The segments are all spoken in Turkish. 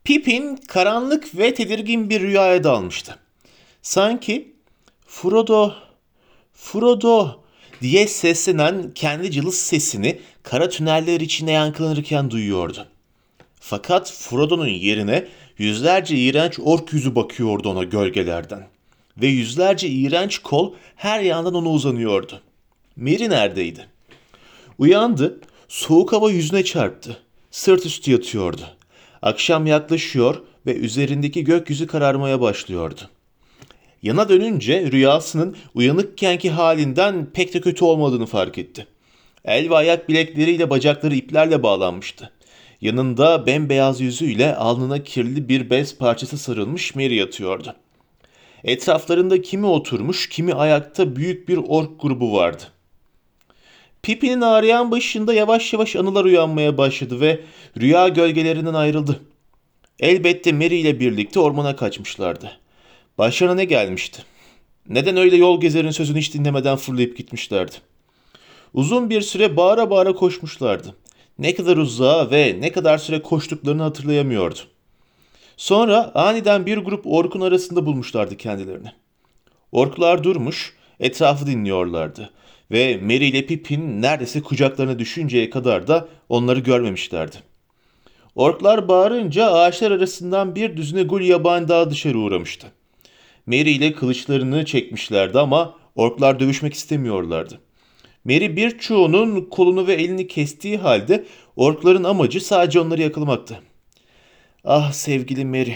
Pippin karanlık ve tedirgin bir rüyaya dalmıştı. Sanki Frodo, Frodo diye seslenen kendi cılız sesini kara tüneller içinde yankılanırken duyuyordu. Fakat Frodo'nun yerine yüzlerce iğrenç ork yüzü bakıyordu ona gölgelerden. Ve yüzlerce iğrenç kol her yandan ona uzanıyordu. Merry neredeydi? Uyandı, soğuk hava yüzüne çarptı. Sırt üstü yatıyordu. Akşam yaklaşıyor ve üzerindeki gökyüzü kararmaya başlıyordu. Yana dönünce rüyasının uyanıkkenki halinden pek de kötü olmadığını fark etti. El ve ayak bilekleriyle bacakları iplerle bağlanmıştı. Yanında bembeyaz yüzüyle alnına kirli bir bez parçası sarılmış Merry yatıyordu. Etraflarında kimi oturmuş, kimi ayakta büyük bir ork grubu vardı. Pippin'in ağrıyan başında yavaş yavaş anılar uyanmaya başladı ve rüya gölgelerinden ayrıldı. Elbette Merry ile birlikte ormana kaçmışlardı. Başlarına ne gelmişti? Neden öyle yol gezerin sözünü hiç dinlemeden fırlayıp gitmişlerdi? Uzun bir süre bağıra bağıra koşmuşlardı. Ne kadar uzağa ve ne kadar süre koştuklarını hatırlayamıyordu. Sonra aniden bir grup orkun arasında bulmuşlardı kendilerini. Orklar durmuş, etrafı dinliyorlardı ve Merry ile Pippin neredeyse kucaklarına düşünceye kadar da onları görmemişlerdi. Orklar bağırınca ağaçlar arasından bir düzine gul yabani daha dışarı uğramıştı. Merry ile kılıçlarını çekmişlerdi ama orklar dövüşmek istemiyorlardı. Merry birçoğunun kolunu ve elini kestiği halde orkların amacı sadece onları yakalamaktı. Ah sevgili Merry.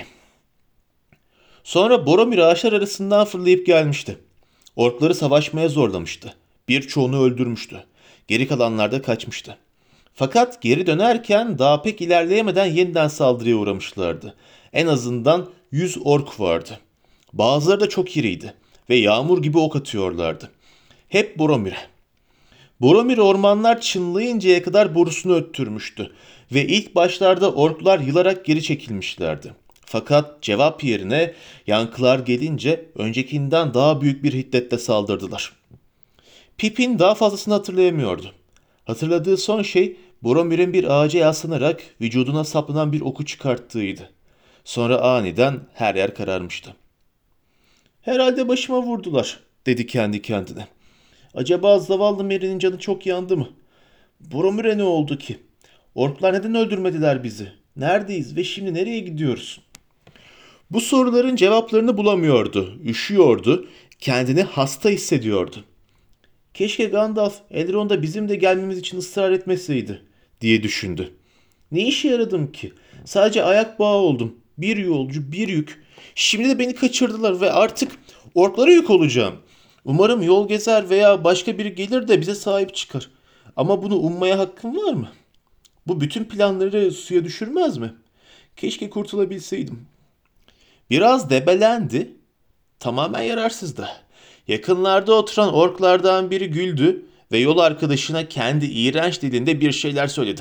Sonra Boromir ağaçlar arasından fırlayıp gelmişti. Orkları savaşmaya zorlamıştı. Birçoğunu öldürmüştü. Geri kalanlar da kaçmıştı. Fakat geri dönerken daha pek ilerleyemeden yeniden saldırıya uğramışlardı. En azından 100 ork vardı. Bazıları da çok iriydi ve yağmur gibi ok atıyorlardı. Hep Boromir'e. Boromir ormanlar çınlayıncaya kadar borusunu öttürmüştü ve ilk başlarda orklar yılarak geri çekilmişlerdi. Fakat cevap yerine yankılar gelince öncekinden daha büyük bir hiddetle saldırdılar. Pippin daha fazlasını hatırlayamıyordu. Hatırladığı son şey Boromir'in bir ağaca yaslanarak vücuduna saplanan bir oku çıkarttığıydı. Sonra aniden her yer kararmıştı. "Herhalde başıma vurdular," dedi kendi kendine. "Acaba zavallı Merry'nin canı çok yandı mı? Boromir'e ne oldu ki? Orklar neden öldürmediler bizi? Neredeyiz ve şimdi nereye gidiyoruz?" Bu soruların cevaplarını bulamıyordu, üşüyordu, kendini hasta hissediyordu. "Keşke Gandalf, Elrond'a bizim de gelmemiz için ısrar etmeseydi," diye düşündü. "Ne işe yaradım ki? Sadece ayak bağı oldum. Bir yolcu, bir yük. Şimdi de beni kaçırdılar ve artık orklara yük olacağım. Umarım yol gezer veya başka biri gelir de bize sahip çıkar. Ama bunu ummaya hakkım var mı? Bu bütün planları suya düşürmez mi? Keşke kurtulabilseydim." Biraz debelendi. Tamamen yararsızdı. Yakınlarda oturan orklardan biri güldü ve yol arkadaşına kendi iğrenç dilinde bir şeyler söyledi.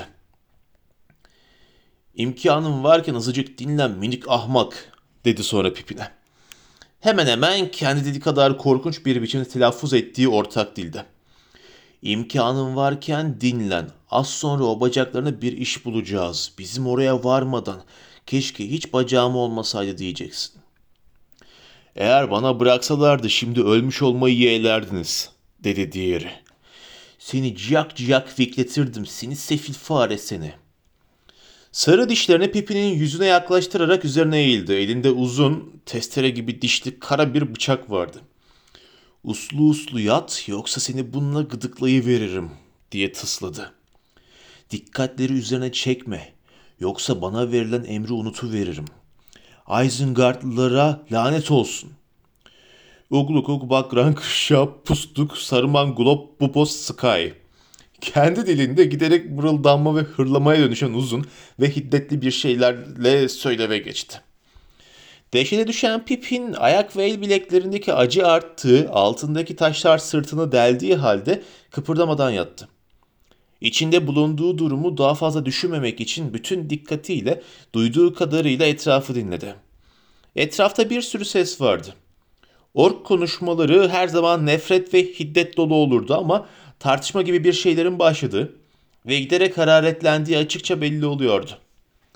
"İmkanın varken azıcık dinlen minik ahmak," dedi sonra Pippin'e. Hemen hemen kendi dili kadar korkunç bir biçimde telaffuz ettiği ortak dilde. "İmkanın varken dinlen. Az sonra o bacaklarına bir iş bulacağız. Bizim oraya varmadan. Keşke hiç bacağım olmasaydı diyeceksin." "Eğer bana bıraksalardı şimdi ölmüş olmayı yeğlerdiniz," dedi diğeri. "Seni ciyak ciyak fikletirdim seni sefil fare seni." Sarı dişlerini Pippin'in yüzüne yaklaştırarak üzerine eğildi. Elinde uzun, testere gibi dişli kara bir bıçak vardı. "Uslu uslu yat yoksa seni bununla gıdıklayıveririm," diye tısladı. "Dikkatleri üzerine çekme yoksa bana verilen emri unutuveririm. Isengardlılara lanet olsun." Ugluk bakrank şap pustuk sarman glop bubos sky. Kendi dilinde giderek mırıldanma ve hırlamaya dönüşen uzun ve hiddetli bir şeylerle söyleve geçti. Dehşete düşen Pippin ayak ve el bileklerindeki acı arttığı, altındaki taşlar sırtını deldiği halde kıpırdamadan yattı. İçinde bulunduğu durumu daha fazla düşünmemek için bütün dikkatiyle duyduğu kadarıyla etrafı dinledi. Etrafta bir sürü ses vardı. Ork konuşmaları her zaman nefret ve hiddet dolu olurdu ama tartışma gibi bir şeylerin başladığı ve giderek hararetlendiği açıkça belli oluyordu.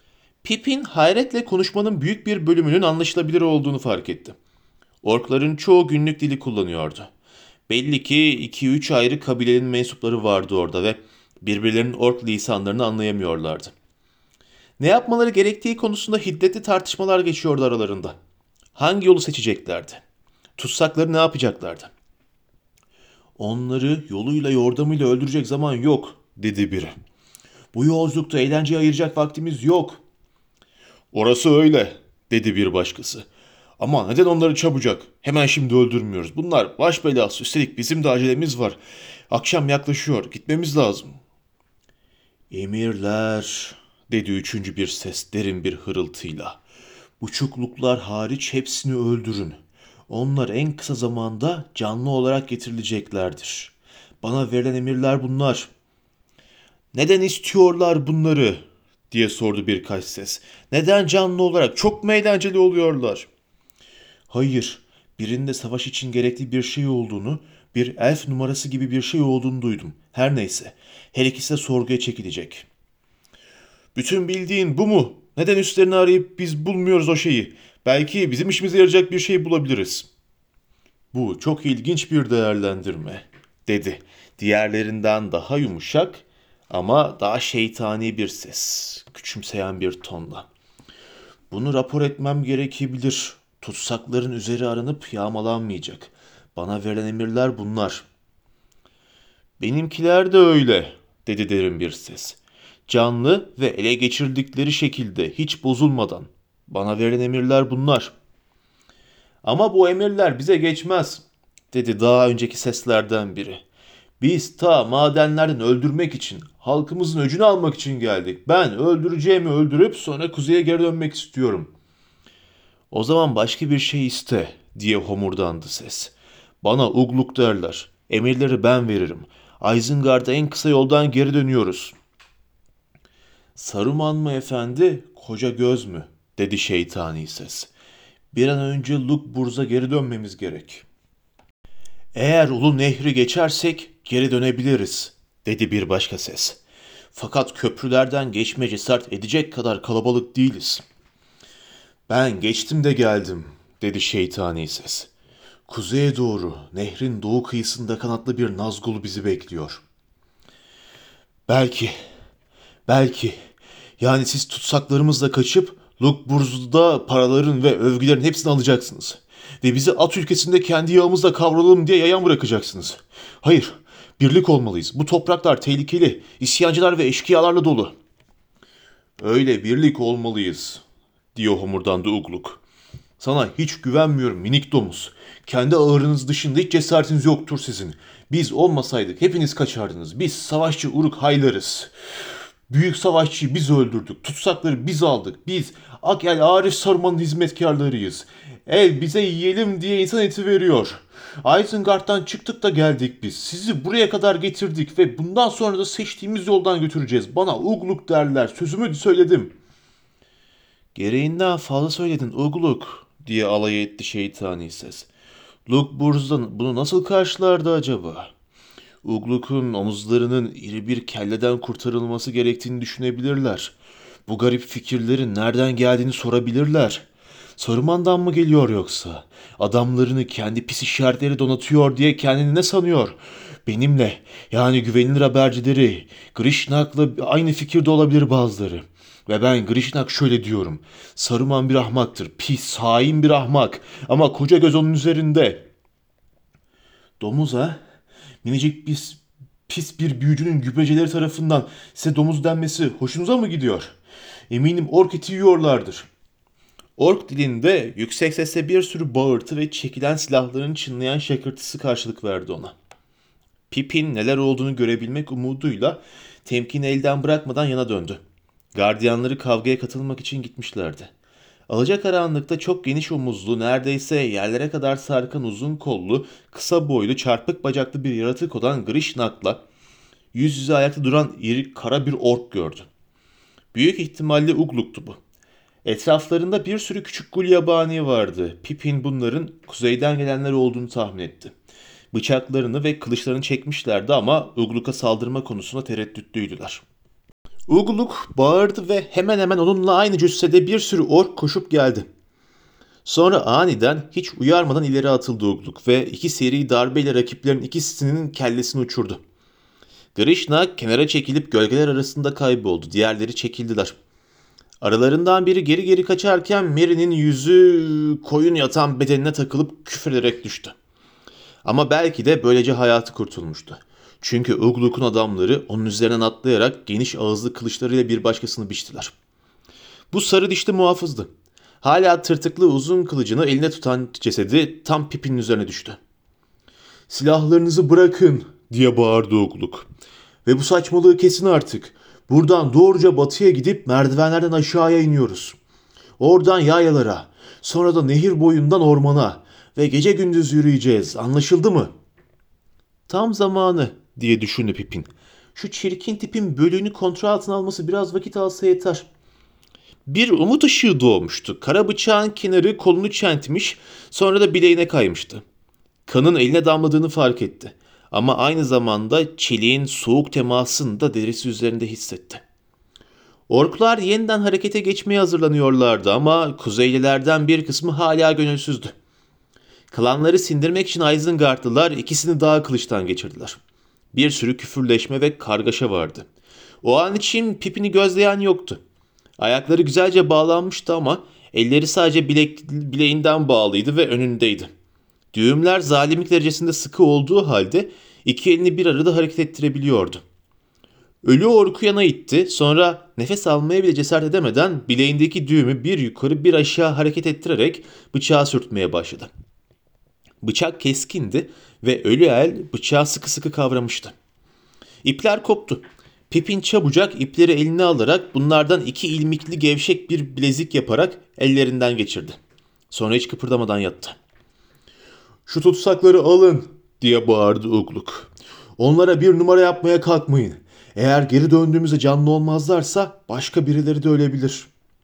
Pippin hayretle konuşmanın büyük bir bölümünün anlaşılabilir olduğunu fark etti. Orkların çoğu günlük dili kullanıyordu. Belli ki 2-3 ayrı kabilenin mensupları vardı orada ve birbirlerinin ork lisanlarını anlayamıyorlardı. Ne yapmaları gerektiği konusunda hiddetli tartışmalar geçiyordu aralarında. Hangi yolu seçeceklerdi? Tutsakları ne yapacaklardı? Onları yoluyla yordamıyla öldürecek zaman yok, dedi biri. Bu yolculukta eğlenceye ayıracak vaktimiz yok. Orası öyle, dedi bir başkası. Ama neden onları çabucak? Hemen şimdi öldürmüyoruz. Bunlar baş belası. Üstelik bizim de acelemiz var. Akşam yaklaşıyor. Gitmemiz lazım. Emirler, dedi üçüncü bir ses derin bir hırıltıyla. Buçukluklar hariç hepsini öldürün. Onlar en kısa zamanda canlı olarak getirileceklerdir. Bana verilen emirler bunlar. Neden istiyorlar bunları? Diye sordu birkaç ses. Neden canlı olarak? Çok mu eğlenceli oluyorlar? Hayır, birinde savaş için gerekli bir şey olduğunu, bir elf numarası gibi bir şey olduğunu duydum. Her neyse, her ikisi de sorguya çekilecek. Bütün bildiğin bu mu? Neden üstlerini arayıp biz bulmuyoruz o şeyi? Belki bizim işimize yarayacak bir şey bulabiliriz. Bu çok ilginç bir değerlendirme, dedi. Diğerlerinden daha yumuşak ama daha şeytani bir ses, küçümseyen bir tonla. Bunu rapor etmem gerekebilir. Tutsakların üzeri aranıp yağmalanmayacak. Bana verilen emirler bunlar. Benimkiler de öyle, dedi derin bir ses. Canlı ve ele geçirdikleri şekilde hiç bozulmadan. Bana verilen emirler bunlar. Ama bu emirler bize geçmez, dedi daha önceki seslerden biri. Biz ta madenlerden öldürmek için, halkımızın öcünü almak için geldik. Ben öldüreceğimi öldürüp sonra kuzeye geri dönmek istiyorum. O zaman başka bir şey iste, diye homurdandı ses. Bana ugluk derler. Emirleri ben veririm. Isengard'a en kısa yoldan geri dönüyoruz. Saruman mı efendi, koca göz mü? Dedi şeytani ses. Bir an önce Lukburz'a geri dönmemiz gerek. Eğer Ulu Nehri geçersek geri dönebiliriz, dedi bir başka ses. Fakat köprülerden geçme cesaret edecek kadar kalabalık değiliz. Ben geçtim de geldim, dedi şeytani ses. Kuzeye doğru, nehrin doğu kıyısında kanatlı bir Nazgul bizi bekliyor. Belki, yani siz tutsaklarımızla kaçıp Lukburz'da paraların ve övgülerin hepsini alacaksınız. Ve bizi at ülkesinde kendi yağımızla kavralım diye yayan bırakacaksınız. Hayır, birlik olmalıyız. Bu topraklar tehlikeli, isyancılar ve eşkıyalarla dolu. Öyle birlik olmalıyız, diyor homurdandı Ugluk. Sana hiç güvenmiyorum minik domuz. Kendi ağırınız dışında hiç cesaretiniz yoktur sizin. Biz olmasaydık hepiniz kaçardınız. Biz savaşçı uruk haylarız. Büyük savaşçıyı biz öldürdük. Tutsakları biz aldık. Biz Akel Arif Saruman'ın hizmetkarlarıyız. El bize yiyelim diye insan eti veriyor. Isengard'dan çıktık da geldik biz. Sizi buraya kadar getirdik ve bundan sonra da seçtiğimiz yoldan götüreceğiz. Bana Ugluk derler. Sözümü söyledim. Gereğinden fazla söyledin Ugluk, diye alay etti şeytani ses. Lukburz'dan bunu nasıl karşılardı acaba? Ugluk'un omuzlarının iri bir kelleden kurtarılması gerektiğini düşünebilirler. Bu garip fikirlerin nereden geldiğini sorabilirler. Saruman'dan mı geliyor yoksa? Adamlarını kendi pis işaretleri donatıyor diye kendini ne sanıyor? Benimle, yani güvenilir habercileri, Grishnak'la aynı fikirde olabilir bazıları. Ve ben Grishnak şöyle diyorum. Saruman bir ahmaktır, pis, hain bir ahmak. Ama koca göz onun üzerinde. Domuz ha? Minicik pis bir büyücünün gübrecileri tarafından size domuz denmesi hoşunuza mı gidiyor? Eminim ork eti yiyorlardır. Ork dilinde yüksek sesle bir sürü bağırtı ve çekilen silahların çınlayan şakırtısı karşılık verdi ona. Pippin neler olduğunu görebilmek umuduyla temkini elden bırakmadan yana döndü. Gardiyanları kavgaya katılmak için gitmişlerdi. Alacakaranlıkta çok geniş omuzlu, neredeyse yerlere kadar sarkan uzun kollu, kısa boylu, çarpık bacaklı bir yaratık olan Grishnak'la yüz yüze ayakta duran iri kara bir ork gördü. Büyük ihtimalle Ugluk'tu bu. Etraflarında bir sürü küçük gulyabani vardı. Pippin bunların kuzeyden gelenler olduğunu tahmin etti. Bıçaklarını ve kılıçlarını çekmişlerdi ama Ugluk'a saldırma konusunda tereddütlüydüler. Ugluk bağırdı ve hemen hemen onunla aynı cüssede bir sürü ork koşup geldi. Sonra aniden hiç uyarmadan ileri atıldı Ugluk ve iki seri darbeyle rakiplerin ikisinin kellesini uçurdu. Grishna kenara çekilip gölgeler arasında kayboldu. Diğerleri çekildiler. Aralarından biri geri geri kaçarken Merry'nin yüzü koyun yatan bedenine takılıp küfrederek düştü. Ama belki de böylece hayatı kurtulmuştu. Çünkü Ugluk'un adamları onun üzerinden atlayarak geniş ağızlı kılıçlarıyla bir başkasını biçtiler. Bu sarı dişli muhafızdı. Hala tırtıklı uzun kılıcını eline tutan cesedi tam Pippin'in üzerine düştü. "Silahlarınızı bırakın!" diye bağırdı Ugluk. "Ve bu saçmalığı kesin artık. Buradan doğruca batıya gidip merdivenlerden aşağıya iniyoruz. Oradan yayalara, sonra da nehir boyundan ormana ve gece gündüz yürüyeceğiz. Anlaşıldı mı?" "Tam zamanı," diye düşündü Pippin. "Şu çirkin tipin bölüğünü kontrol altına alması biraz vakit alsa yeter." Bir umut ışığı doğmuştu. Kara bıçağın kenarı kolunu çentmiş, sonra da bileğine kaymıştı. Kanın eline damladığını fark etti. Ama aynı zamanda çeliğin soğuk temasını da derisi üzerinde hissetti. Orklar yeniden harekete geçmeye hazırlanıyorlardı ama Kuzeylilerden bir kısmı hala gönülsüzdü. Klanları sindirmek için Isengardlılar ikisini daha kılıçtan geçirdiler. Bir sürü küfürleşme ve kargaşa vardı. O an için Pippin'i gözleyen yoktu. Ayakları güzelce bağlanmıştı ama elleri sadece bileğinden bağlıydı ve önündeydi. Düğümler zalimlik derecesinde sıkı olduğu halde iki elini bir arada hareket ettirebiliyordu. Ölü orku yana itti, sonra nefes almaya bile cesaret edemeden bileğindeki düğümü bir yukarı bir aşağı hareket ettirerek bıçağı sürtmeye başladı. Bıçak keskindi ve ölü el bıçağı sıkı sıkı kavramıştı. İpler koptu. Pippin çabucak ipleri eline alarak bunlardan iki ilmikli gevşek bir bilezik yaparak ellerinden geçirdi. Sonra hiç kıpırdamadan yattı. "Şu tutsakları alın," diye bağırdı Ugluk. "Onlara bir numara yapmaya kalkmayın. Eğer geri döndüğümüzde canlı olmazlarsa başka birileri de ölebilir."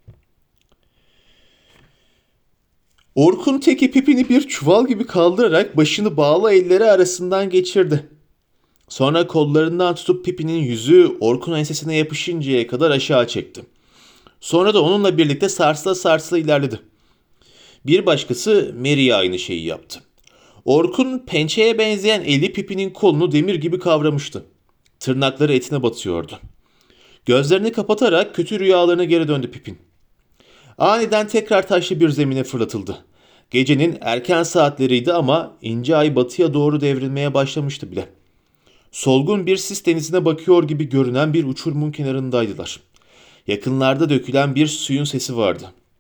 Orkun teki Pippin'i bir çuval gibi kaldırarak başını bağlı elleri arasından geçirdi. Sonra kollarından tutup Pippin'in yüzü Orkun ensesine yapışıncaya kadar aşağı çekti. Sonra da onunla birlikte sarsıla sarsıla ilerledi. Bir başkası Merry'e aynı şeyi yaptı. Orkun pençeye benzeyen eli Pippin'in kolunu demir gibi kavramıştı. Tırnakları etine batıyordu. Gözlerini kapatarak kötü rüyalarına geri döndü Pippin. Aniden tekrar taşlı bir zemine fırlatıldı. Gecenin erken saatleriydi ama ince ay batıya doğru devrilmeye başlamıştı bile. Solgun bir sis denizine bakıyor gibi görünen bir uçurumun kenarındaydılar. Yakınlarda dökülen bir suyun sesi vardı.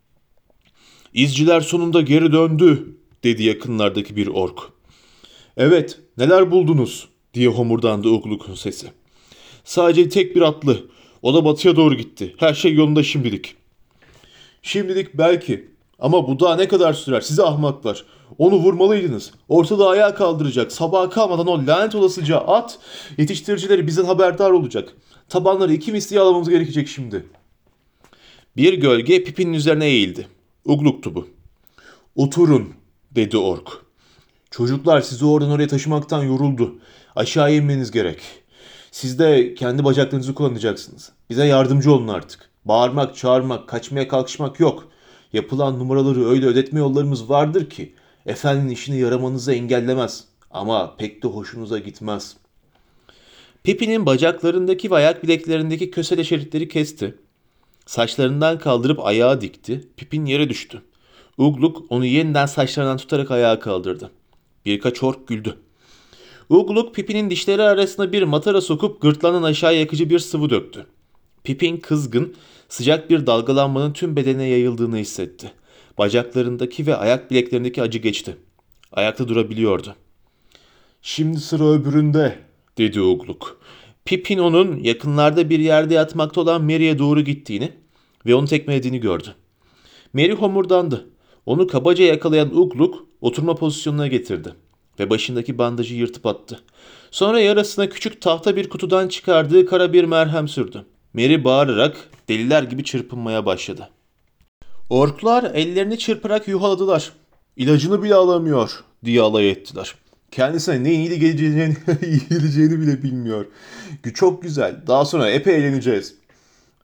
"İzciler sonunda geri döndü," dedi yakınlardaki bir ork. "Evet, neler buldunuz?" diye homurdandı Ugluk'un sesi. "Sadece tek bir atlı. O da batıya doğru gitti. Her şey yolunda şimdilik." "Şimdilik belki. Ama bu daha ne kadar sürer size ahmaklar? Onu vurmalıydınız. Ortalığı ayağa kaldıracak. Sabaha kalmadan o lanet olasıca at yetiştiricileri bizden haberdar olacak. Tabanları iki misliye almamız gerekecek şimdi." Bir gölge Pippin'in üzerine eğildi. Ugluk'tu bu. "Oturun," dedi ork. "Çocuklar sizi oradan oraya taşımaktan yoruldu. Aşağı inmeniz gerek. Siz de kendi bacaklarınızı kullanacaksınız. Bize yardımcı olun artık. Bağırmak, çağırmak, kaçmaya kalkışmak yok. Yapılan numaraları öyle ödetme yollarımız vardır ki efendinin işini yaramanızı engellemez. Ama pek de hoşunuza gitmez." Pippin'in bacaklarındaki ve ayak bileklerindeki kösele şeritleri kesti. Saçlarından kaldırıp ayağa dikti. Pippin yere düştü. Ugluk onu yeniden saçlarından tutarak ayağa kaldırdı. Birkaç ork güldü. Ugluk Pippin'in dişleri arasına bir matara sokup gırtlağından aşağı yakıcı bir sıvı döktü. Pippin kızgın, sıcak bir dalgalanmanın tüm bedenine yayıldığını hissetti. Bacaklarındaki ve ayak bileklerindeki acı geçti. Ayakta durabiliyordu. "Şimdi sıra öbüründe," dedi Ugluk. Pippin onun yakınlarda bir yerde yatmakta olan Merry'e doğru gittiğini ve onu tekmelediğini gördü. Merry homurdandı. Onu kabaca yakalayan Ugluk oturma pozisyonuna getirdi ve başındaki bandajı yırtıp attı. Sonra yarasına küçük tahta bir kutudan çıkardığı kara bir merhem sürdü. Merry bağırarak deliler gibi çırpınmaya başladı. Orklar ellerini çırparak yuhaladılar. "İlacını bile alamıyor," diye alay ettiler. "Kendisine neyin iyi geleceğini, iyi geleceğini bile bilmiyor. Çok güzel. Daha sonra epey eğleneceğiz."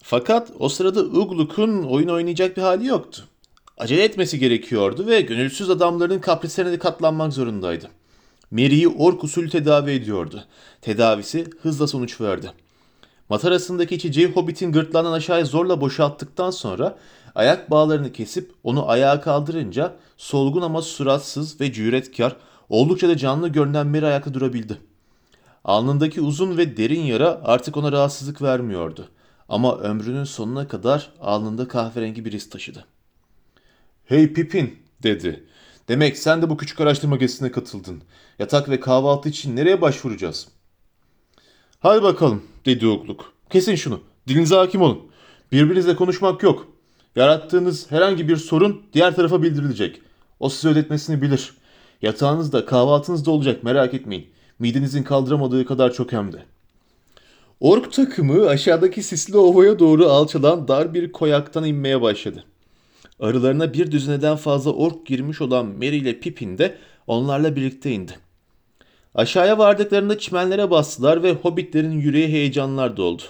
Fakat o sırada Ugluk'un oyun oynayacak bir hali yoktu. Acele etmesi gerekiyordu ve gönülsüz adamların kaprislerine de katlanmak zorundaydı. Merry'i ork usulü tedavi ediyordu. Tedavisi hızla sonuç verdi. Matarasındaki içeceği Hobbit'in gırtlağından aşağıya zorla boşalttıktan sonra ayak bağlarını kesip onu ayağa kaldırınca solgun ama suratsız ve cüretkar, oldukça da canlı görünen Merry ayakta durabildi. Alnındaki uzun ve derin yara artık ona rahatsızlık vermiyordu. Ama ömrünün sonuna kadar alnında kahverengi bir iz taşıdı. "Hey Pippin," dedi. "Demek sen de bu küçük araştırma gezisine katıldın. Yatak ve kahvaltı için nereye başvuracağız?" "Hadi bakalım," dedi Ogluk. "Kesin şunu. Dilinize hakim olun. Birbirinizle konuşmak yok. Yarattığınız herhangi bir sorun diğer tarafa bildirilecek. O size ödetmesini bilir. Yatağınız da kahvaltınız da olacak, merak etmeyin. Midenizin kaldıramadığı kadar çok hem de." Ork takımı aşağıdaki sisli ovaya doğru alçalan dar bir koyaktan inmeye başladı. Aralarına bir düzineden fazla ork girmiş olan Merry ile Pippin de onlarla birlikte indi. Aşağıya vardıklarında çimenlere bastılar ve hobbitlerin yüreği heyecanlar doldu.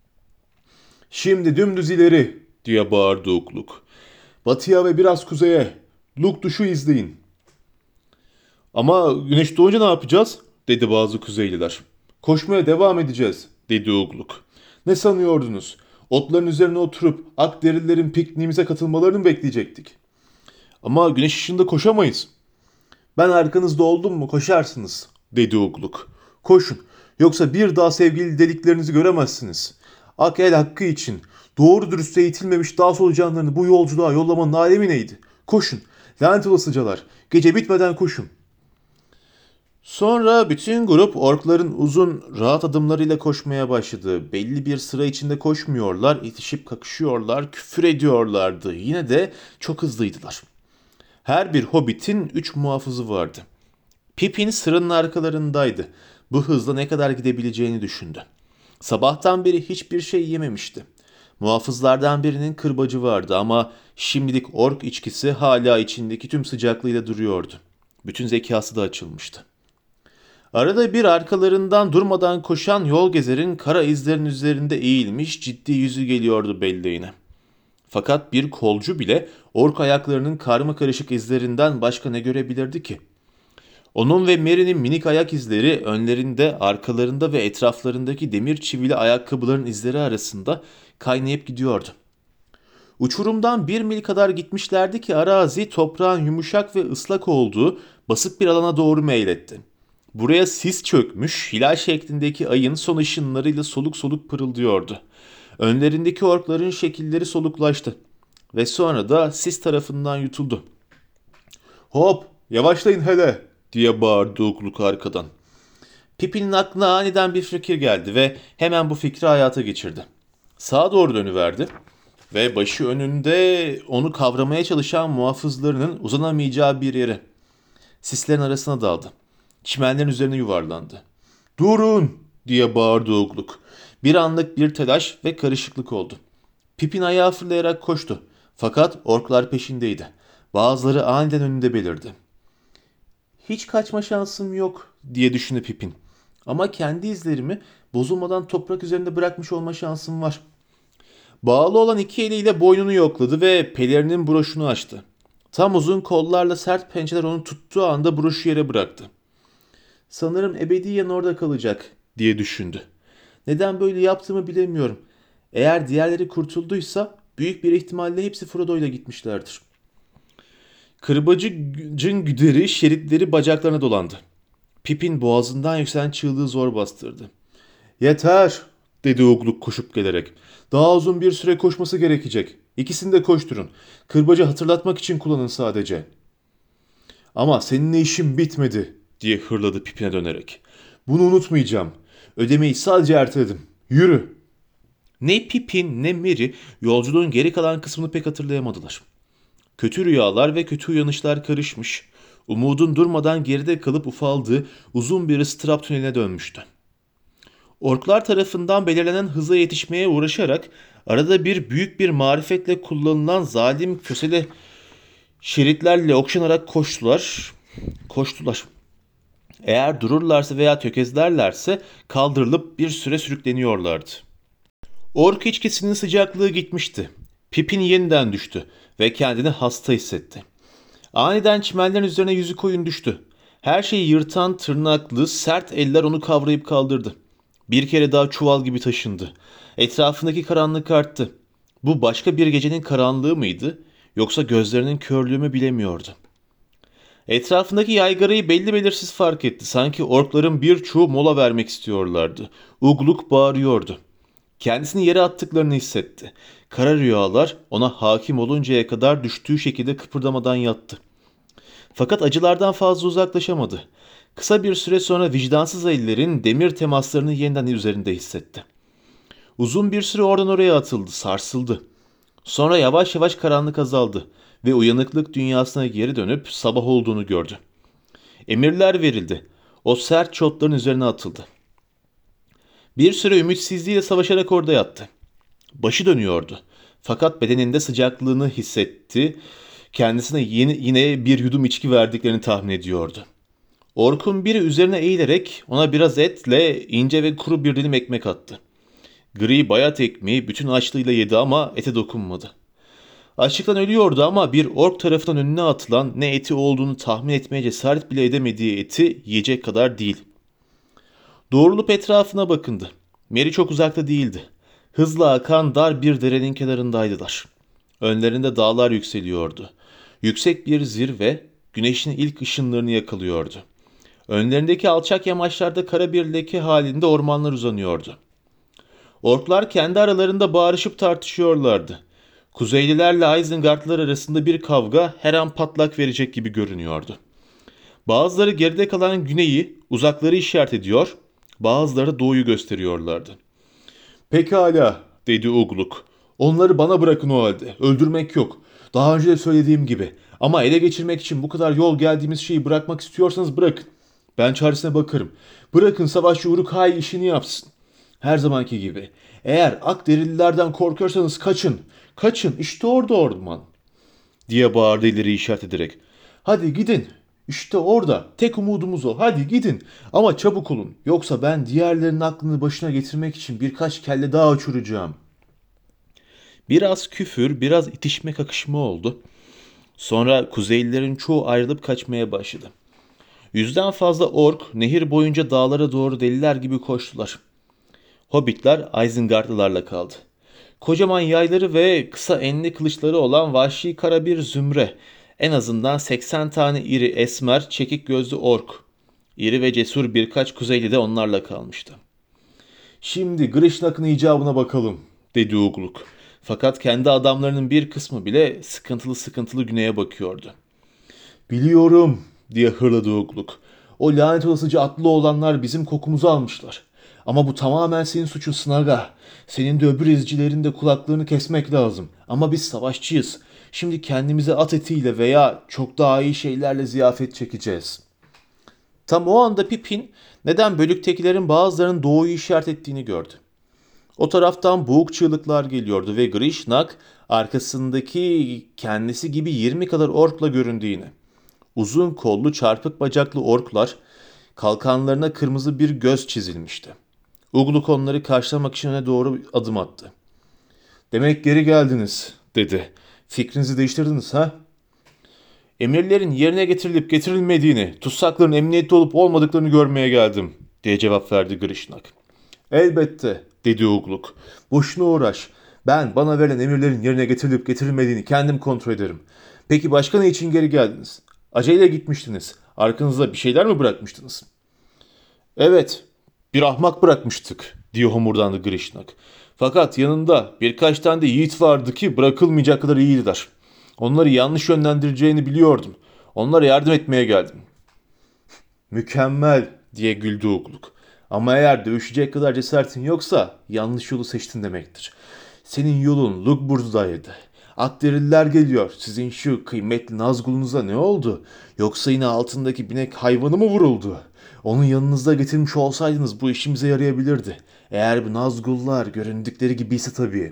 "Şimdi dümdüz ileri," diye bağırdı Ugluk. "Batıya ve biraz kuzeye. Lukduş'u izleyin." "Ama güneş doğunca ne yapacağız?" dedi bazı kuzeyliler. "Koşmaya devam edeceğiz," dedi Ugluk. "Ne sanıyordunuz? Otların üzerine oturup Akderililerin pikniğimize katılmalarını bekleyecektik." "Ama güneş ışığında koşamayız." "Ben arkanızda oldum mu koşarsınız," dedi Ugluk. "Koşun, yoksa bir daha sevgili dediklerinizi göremezsiniz. Ak el hakkı için doğru dürüst eğitilmemiş dağ solucanlarını bu yolculuğa yollamanın alemi neydi? Koşun, lanet olasıcalar, gece bitmeden koşun." Sonra bütün grup orkların uzun, rahat adımlarıyla koşmaya başladı. Belli bir sıra içinde koşmuyorlar, itişip kakışıyorlar, küfür ediyorlardı. Yine de çok hızlıydılar. Her bir hobbitin 3 muhafızı vardı. Pippin sıranın arkalarındaydı. Bu hızla ne kadar gidebileceğini düşündü. Sabahtan beri hiçbir şey yememişti. Muhafızlardan birinin kırbacı vardı ama şimdilik ork içkisi hala içindeki tüm sıcaklığıyla duruyordu. Bütün zekası da açılmıştı. Arada bir arkalarından durmadan koşan yol gezerin kara izlerin üzerinde eğilmiş ciddi yüzü geliyordu belleğine. Fakat bir kolcu bile ork ayaklarının karmakarışık izlerinden başka ne görebilirdi ki? Onun ve Merry'nin minik ayak izleri önlerinde, arkalarında ve etraflarındaki demir çivili ayakkabıların izleri arasında kaynayıp gidiyordu. Uçurumdan 1 mil kadar gitmişlerdi ki arazi toprağın yumuşak ve ıslak olduğu basık bir alana doğru meyletti. Buraya sis çökmüş, hilal şeklindeki ayın son ışınlarıyla soluk soluk pırıldıyordu. Önlerindeki orkların şekilleri soluklaştı ve sonra da sis tarafından yutuldu. "Hop, yavaşlayın hele," diye bağırdı Ugluk arkadan. Pippin'in aklına aniden bir fikir geldi ve hemen bu fikri hayata geçirdi. Sağa doğru dönüverdi ve başı önünde onu kavramaya çalışan muhafızlarının uzanamayacağı bir yere, sislerin arasına daldı. Çimenlerin üzerine yuvarlandı. "Durun!" diye bağırdı Ugluk. Bir anlık bir telaş ve karışıklık oldu. Pippin ayağa fırlayarak koştu. Fakat orklar peşindeydi. Bazıları aniden önünde belirdi. "Hiç kaçma şansım yok," diye düşündü Pippin. "Ama kendi izlerimi bozulmadan toprak üzerinde bırakmış olma şansım var." Bağlı olan 2 eliyle boynunu yokladı ve pelerinin broşunu açtı. Tam uzun kollarla sert pençeler onu tuttuğu anda broşu yere bıraktı. "Sanırım ebediyen orada kalacak," diye düşündü. "Neden böyle yaptığımı bilemiyorum. Eğer diğerleri kurtulduysa büyük bir ihtimalle hepsi Frodo'yla gitmişlerdir." Kırbacıcın güderi şeritleri bacaklarına dolandı. Pippin boğazından yükselen çığlığı zor bastırdı. "Yeter," dedi Ugluk koşup gelerek. "Daha uzun bir süre koşması gerekecek. İkisini de koşturun. Kırbacı hatırlatmak için kullanın sadece." "Ama seninle işim bitmedi," diye hırladı Pippin'e dönerek. "Bunu unutmayacağım. Ödemeyi sadece erteledim. Yürü." Ne Pippin ne Merry yolculuğun geri kalan kısmını pek hatırlayamadılar. Kötü rüyalar ve kötü uyanışlar karışmış, umudun durmadan geride kalıp ufaldığı uzun bir ıstırap tüneline dönmüştü. Orklar tarafından belirlenen hıza yetişmeye uğraşarak arada bir büyük bir marifetle kullanılan zalim kösele şeritlerle okşanarak koştular. Eğer dururlarsa veya tökezlerlerse kaldırılıp bir süre sürükleniyorlardı. Ork içkisinin sıcaklığı gitmişti. Pippin yeniden düştü ve kendini hasta hissetti. Aniden çimenlerin üzerine yüzü koyun düştü. Her şeyi yırtan tırnaklı, sert eller onu kavrayıp kaldırdı. Bir kere daha çuval gibi taşındı. Etrafındaki karanlık arttı. Bu başka bir gecenin karanlığı mıydı, yoksa gözlerinin körlüğü mü bilemiyordu. Etrafındaki yaygarayı belli belirsiz fark etti. Sanki orkların birçoğu mola vermek istiyorlardı. Ugluk bağırıyordu. Kendisini yere attıklarını hissetti. Kara rüyalar ona hakim oluncaya kadar düştüğü şekilde kıpırdamadan yattı. Fakat acılardan fazla uzaklaşamadı. Kısa bir süre sonra vicdansız ellerin demir temaslarını yeniden üzerinde hissetti. Uzun bir süre oradan oraya atıldı, sarsıldı. Sonra yavaş yavaş karanlık azaldı ve uyanıklık dünyasına geri dönüp sabah olduğunu gördü. Emirler verildi. O sert çotların üzerine atıldı. Bir süre ümitsizliğiyle savaşarak orada yattı. Başı dönüyordu. Fakat bedeninde sıcaklığını hissetti. Kendisine yine bir yudum içki verdiklerini tahmin ediyordu. Orkun biri üzerine eğilerek ona biraz etle ince ve kuru bir dilim ekmek attı. Gri bayat ekmeği bütün açlığıyla yedi ama ete dokunmadı. Açlıktan ölüyordu ama bir ork tarafından önüne atılan ne eti olduğunu tahmin etmeye cesaret bile edemediği eti yiyecek kadar değil. Doğrulup etrafına bakındı. Mary çok uzakta değildi. Hızla akan dar bir derenin kenarındaydılar. Önlerinde dağlar yükseliyordu. Yüksek bir zirve güneşin ilk ışınlarını yakalıyordu. Önlerindeki alçak yamaçlarda kara bir leke halinde ormanlar uzanıyordu. Orklar kendi aralarında bağırışıp tartışıyorlardı. Kuzeylilerle Isengardlılar arasında bir kavga her an patlak verecek gibi görünüyordu. Bazıları geride kalan güneyi, uzakları işaret ediyor, bazıları doğuyu gösteriyorlardı. "Pekala," dedi Ugluk. "Onları bana bırakın o halde. Öldürmek yok. Daha önce de söylediğim gibi. Ama ele geçirmek için bu kadar yol geldiğimiz şeyi bırakmak istiyorsanız bırakın. Ben çaresine bakarım. Bırakın savaşçı Uruk-hai işini yapsın. Her zamanki gibi. Eğer Akderililerden korkuyorsanız kaçın. Kaçın, işte orada orman," diye bağırdı ileri işaret ederek. "Hadi gidin. İşte orada. Tek umudumuz o. Hadi gidin. Ama çabuk olun. Yoksa ben diğerlerinin aklını başına getirmek için birkaç kelle daha uçuracağım." Biraz küfür, biraz itişme kakışma oldu. Sonra Kuzeylilerin çoğu ayrılıp kaçmaya başladı. Yüzden fazla ork nehir boyunca dağlara doğru deliler gibi koştular. Hobbitler Isengardlılarla kaldı. Kocaman yayları ve kısa enli kılıçları olan vahşi kara bir zümre. En azından 80 tane iri, esmer, çekik gözlü ork. İri ve cesur birkaç kuzeyli de onlarla kalmıştı. "Şimdi Grishnak'ın icabına bakalım," dedi Ugluk. Fakat kendi adamlarının bir kısmı bile sıkıntılı sıkıntılı güneye bakıyordu. "Biliyorum," diye hırladı Ugluk. "O lanet olasıca atlı olanlar bizim kokumuzu almışlar. Ama bu tamamen senin suçun Snaga. Senin de öbür izcilerin de kulaklarını kesmek lazım. Ama biz savaşçıyız. Şimdi kendimize at etiyle veya çok daha iyi şeylerle ziyafet çekeceğiz." Tam o anda Pippin neden bölüktekilerin bazılarının doğuyu işaret ettiğini gördü. O taraftan boğuk çığlıklar geliyordu ve Grishnak arkasındaki kendisi gibi 20 kadar orkla göründüğünü. Uzun kollu çarpık bacaklı orklar, kalkanlarına kırmızı bir göz çizilmişti. Ugluk onları karşılamak için öne doğru adım attı. "Demek geri geldiniz," dedi. "Fikrinizi değiştirdiniz ha?" "Emirlerin yerine getirilip getirilmediğini, tutsakların emniyette olup olmadıklarını görmeye geldim," diye cevap verdi Grishnak. "Elbette," dedi Ugluk. "Boşuna uğraş. Ben bana verilen emirlerin yerine getirilip getirilmediğini kendim kontrol ederim. Peki başka ne için geri geldiniz? Aceleyle gitmiştiniz. Arkanızda bir şeyler mi bırakmıştınız?" "Evet, bir ahmak bırakmıştık," diye homurdandı Grishnak. "Fakat yanında birkaç tane de yiğit vardı ki bırakılmayacak kadar iyiydiler. Onları yanlış yönlendireceğini biliyordum. Onlara yardım etmeye geldim." "Mükemmel," diye güldü Ugluk. "Ama eğer dövüşecek kadar cesaretin yoksa yanlış yolu seçtin demektir. Senin yolun Lugburz'daydı. Akderililer geliyor. Sizin şu kıymetli Nazgul'unuza ne oldu? Yoksa yine altındaki binek hayvanı mı vuruldu? Onu yanınızda getirmiş olsaydınız bu işimize yarayabilirdi. Eğer bu Nazgullar göründükleri gibiyse tabii."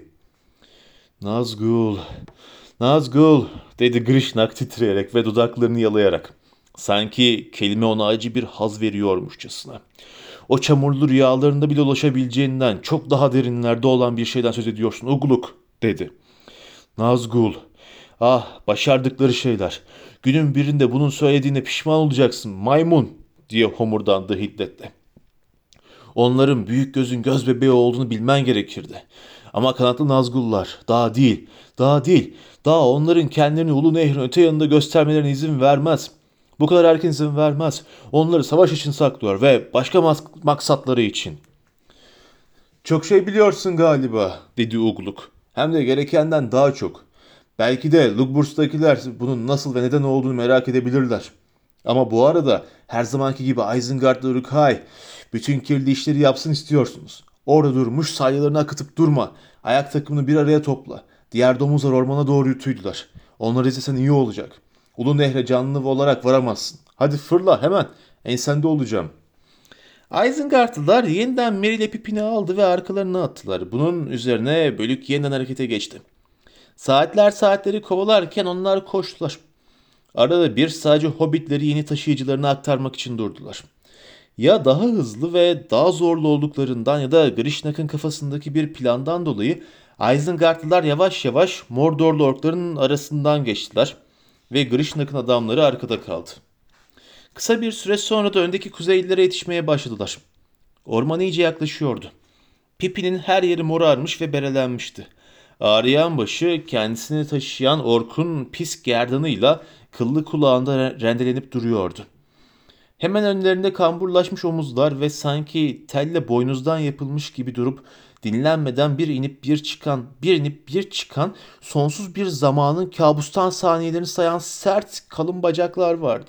"Nazgul, Nazgul," dedi Grishnak titreyerek ve dudaklarını yalayarak. Sanki kelime ona acı bir haz veriyormuşçasına. O çamurlu rüyalarında bile ulaşabileceğinden çok daha derinlerde olan bir şeyden söz ediyorsun Ugluk, dedi. Nazgul, ah başardıkları şeyler. Günün birinde bunun söylediğine pişman olacaksın maymun, diye homurdandı hiddetle. Onların büyük gözün göz bebeği olduğunu bilmen gerekirdi. Ama kanatlı Nazgullar daha değil, daha değil. Daha onların kendilerini Ulu Nehrin öte yanında göstermelerine izin vermez. Bu kadar erken izin vermez. Onları savaş için saklıyor ve başka maksatları için. Çok şey biliyorsun galiba, dedi Ugluk. Hem de gerekenden daha çok. Belki de Lugburs'takiler bunun nasıl ve neden olduğunu merak edebilirler. Ama bu arada her zamanki gibi Isengard'la Uruk-hai bütün kirli işleri yapsın istiyorsunuz. Orada durmuş salyalarını akıtıp durma. Ayak takımını bir araya topla. Diğer domuzlar ormana doğru yutuydular. Onları izlesen iyi olacak. Ulu Nehre canlı olarak varamazsın. Hadi fırla hemen. Ensende olacağım. Isengardlılar yeniden Merry ile Pippin'i aldı ve arkalarına attılar. Bunun üzerine bölük yeniden harekete geçti. Saatler saatleri kovalarken onlar koştular. Arada bir sadece hobbitleri yeni taşıyıcılarına aktarmak için durdular. Ya daha hızlı ve daha zorlu olduklarından ya da Grishnak'ın kafasındaki bir plandan dolayı Isengardlılar yavaş yavaş Mordorlu orkların arasından geçtiler ve Grishnak'ın adamları arkada kaldı. Kısa bir süre sonra da öndeki kuzeylilere yetişmeye başladılar. Orman iyice yaklaşıyordu. Pippin'in her yeri morarmış ve berelenmişti. Ağrıyan başı kendisini taşıyan orkun pis gerdanıyla kıllı kulağında rendelenip duruyordu. Hemen önlerinde kamburlaşmış omuzlar ve sanki telle boynuzdan yapılmış gibi durup dinlenmeden bir inip bir çıkan, bir inip bir çıkan sonsuz bir zamanın kabustan saniyelerini sayan sert kalın bacaklar vardı.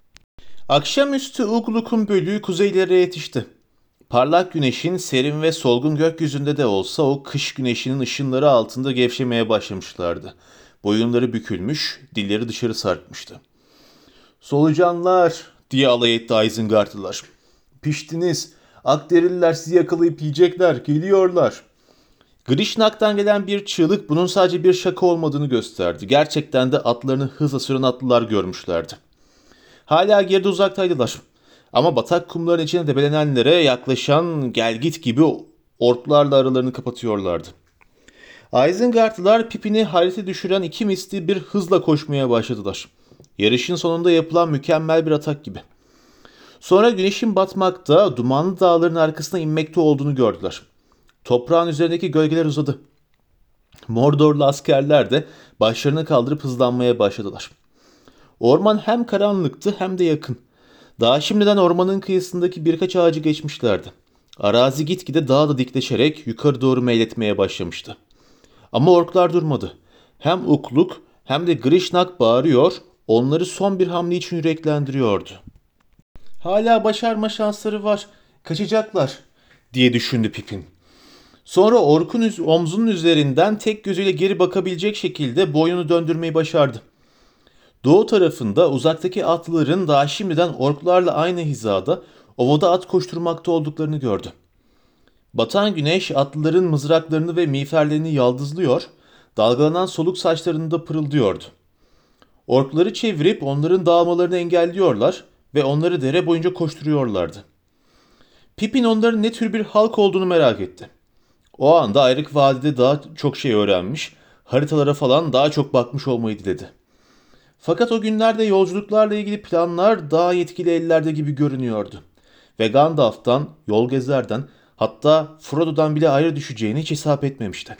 Akşamüstü Ugluk'un bölüğü kuzeylere yetişti. Parlak güneşin serin ve solgun gökyüzünde de olsa o kış güneşinin ışınları altında gevşemeye başlamışlardı. Boyunları bükülmüş, dilleri dışarı sarkmıştı. "Solucanlar!" diye alay etti Isengardlılar. "Piştiniz. Akderililer sizi yakalayıp yiyecekler. Geliyorlar." Grishnak'tan gelen bir çığlık bunun sadece bir şaka olmadığını gösterdi. Gerçekten de atlarını hızla süren atlılar görmüşlerdi. Hala geride uzaktaydılar. Ama batak kumların içine debelenenlere yaklaşan gelgit gibi orklarla aralarını kapatıyorlardı. Isengardlılar Pippin'i hayrete düşüren iki misli bir hızla koşmaya başladılar. Yarışın sonunda yapılan mükemmel bir atak gibi. Sonra güneşin batmakta, dumanlı dağların arkasına inmekte olduğunu gördüler. Toprağın üzerindeki gölgeler uzadı. Mordorlu askerler de başlarını kaldırıp hızlanmaya başladılar. Orman hem karanlıktı hem de yakın. Daha şimdiden ormanın kıyısındaki birkaç ağacı geçmişlerdi. Arazi gitgide daha da dikleşerek yukarı doğru meyletmeye başlamıştı. Ama orklar durmadı. Hem Ugluk hem de Grishnak bağırıyor, onları son bir hamle için yüreklendiriyordu. "Hala başarma şansları var, kaçacaklar," diye düşündü Pippin. Sonra orkun omzunun üzerinden tek gözüyle geri bakabilecek şekilde boynunu döndürmeyi başardı. Doğu tarafında uzaktaki atlıların daha şimdiden orklarla aynı hizada ovada at koşturmakta olduklarını gördü. Batan güneş atlıların mızraklarını ve miğferlerini yaldızlıyor, dalgalanan soluk saçlarını da pırıldıyordu. Orkları çevirip onların dağılmalarını engelliyorlar ve onları dere boyunca koşturuyorlardı. Pippin onların ne tür bir halk olduğunu merak etti. O anda Ayrık Vadide daha çok şey öğrenmiş, haritalara falan daha çok bakmış olmayı diledi. Fakat o günlerde yolculuklarla ilgili planlar daha yetkili ellerde gibi görünüyordu. Ve Gandalf'tan, yol gezerden, hatta Frodo'dan bile ayrı düşeceğini hiç hesap etmemişti.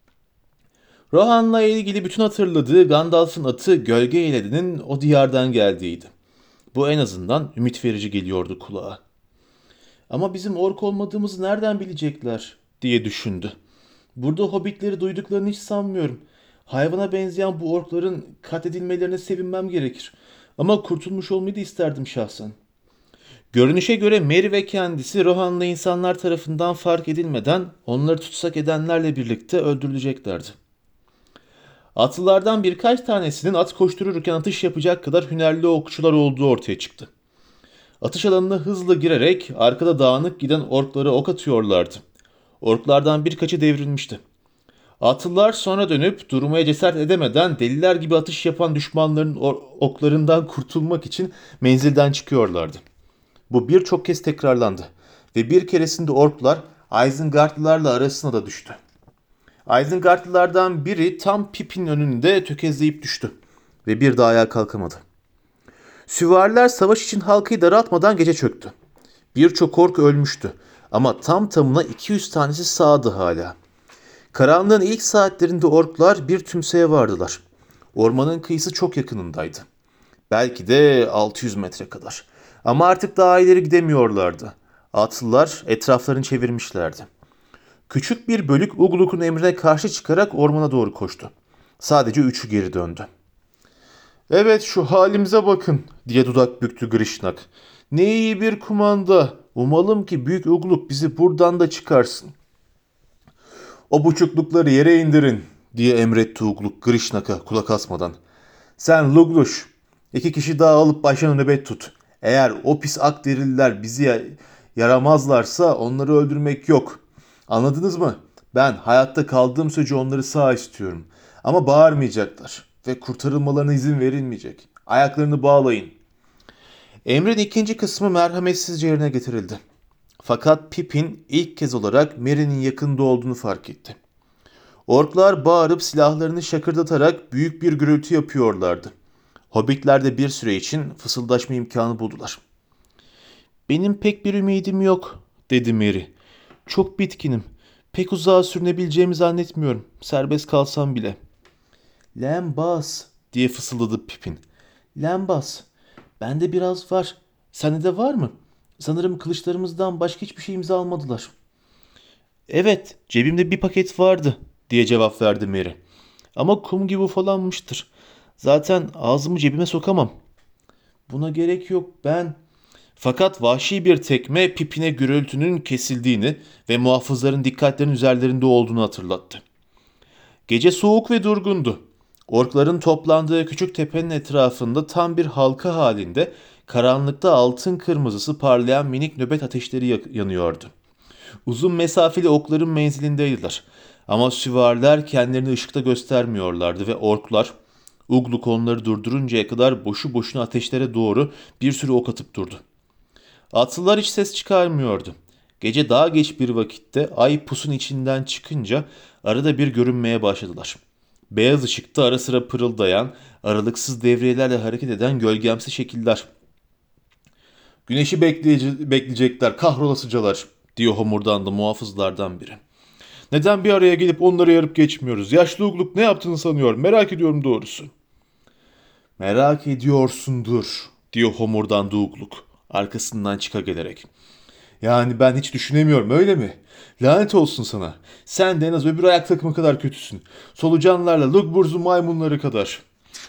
Rohan'la ilgili bütün hatırladığı Gandalf'ın atı Gölge Eyledi'nin o diyardan geldiğiydi. Bu en azından ümit verici geliyordu kulağa. "Ama bizim ork olmadığımızı nereden bilecekler?" diye düşündü. "Burada hobbitleri duyduklarını hiç sanmıyorum. Hayvana benzeyen bu orkların katledilmelerine sevinmem gerekir. Ama kurtulmuş olmayı da isterdim şahsen." Görünüşe göre Merry ve kendisi Rohanlı insanlar tarafından fark edilmeden onları tutsak edenlerle birlikte öldürüleceklerdi. Atlılardan birkaç tanesinin at koştururken atış yapacak kadar hünerli okçular olduğu ortaya çıktı. Atış alanına hızla girerek arkada dağınık giden orklara ok atıyorlardı. Orklardan birkaçı devrilmişti. Atlılar sonra dönüp durmaya cesaret edemeden deliler gibi atış yapan düşmanların oklarından kurtulmak için menzilden çıkıyorlardı. Bu birçok kez tekrarlandı ve bir keresinde orklar Isengardlılarla arasına da düştü. Isengardlılardan biri tam Pippin'in önünde tökezleyip düştü ve bir daha ayağa kalkamadı. Süvariler savaş için halkayı daraltmadan gece çöktü. Birçok ork ölmüştü ama tam tamına 200 tanesi sağdı hala. Karanlığın ilk saatlerinde orklar bir tümseye vardılar. Ormanın kıyısı çok yakınındaydı. Belki de 600 metre kadar. Ama artık daha ileri gidemiyorlardı. Atlılar etraflarını çevirmişlerdi. Küçük bir bölük Ugluk'un emrine karşı çıkarak ormana doğru koştu. Sadece üçü geri döndü. "Evet, şu halimize bakın," diye dudak büktü Grishnak. "Ne iyi bir kumanda. Umalım ki Büyük Ugluk bizi buradan da çıkarsın." "O buçuklukları yere indirin," diye emretti Ugluk Grishnak'a kulak asmadan. "Sen Lugluş, 2 kişi daha alıp başına nöbet tut. Eğer o pis Akderililer bizi yaramazlarsa onları öldürmek yok. Anladınız mı? Ben hayatta kaldığım sürece onları sağ istiyorum. Ama bağırmayacaklar ve kurtarılmalarına izin verilmeyecek. Ayaklarını bağlayın." Emrin ikinci kısmı merhametsizce yerine getirildi. Fakat Pippin ilk kez olarak Merry'nin yakında olduğunu fark etti. Orklar bağırıp silahlarını şakırdatarak büyük bir gürültü yapıyorlardı. Hobbitler de bir süre için fısıldaşma imkanı buldular. "Benim pek bir ümidim yok," dedi Merry. "Çok bitkinim. Pek uzağa sürünebileceğimi zannetmiyorum. Serbest kalsam bile." "Lembas," diye fısıldadı Pippin. "Lembas. Bende biraz var. Sende de var mı? Sanırım kılıçlarımızdan başka hiçbir şeyimizi almadılar." "Evet, cebimde bir paket vardı," diye cevap verdi Merry. "Ama kum gibi ufalanmıştır. Zaten ağzımı cebime sokamam." "Buna gerek yok, ben..." Fakat vahşi bir tekme Pippin'e gürültünün kesildiğini ve muhafızların dikkatlerinin üzerlerinde olduğunu hatırlattı. Gece soğuk ve durgundu. Orkların toplandığı küçük tepenin etrafında tam bir halka halinde karanlıkta altın kırmızısı parlayan minik nöbet ateşleri yanıyordu. Uzun mesafeli okların menzilindeydiler. Ama süvariler kendilerini ışıkta göstermiyorlardı ve orklar Ugluk onları durduruncaya kadar boşu boşuna ateşlere doğru bir sürü ok atıp durdu. Atlılar hiç ses çıkarmıyordu. Gece daha geç bir vakitte ay pusun içinden çıkınca arada bir görünmeye başladılar. Beyaz ışıkta ara sıra pırıldayan, aralıksız devriyelerle hareket eden gölgemsi şekiller. "Güneşi bekleyecekler kahrolasıcalar," diye homurdandı muhafızlardan biri. "Neden bir araya gelip onları yarıp geçmiyoruz? Yaşlı Ugluk ne yaptığını sanıyor, merak ediyorum doğrusu." "Merak ediyorsundur," diye homurdandı Ugluk arkasından çıka gelerek. "Yani ben hiç düşünemiyorum, öyle mi? Lanet olsun sana. Sen de en az öbür ayak takımı kadar kötüsün. Solucanlarla Lugburz'un maymunları kadar.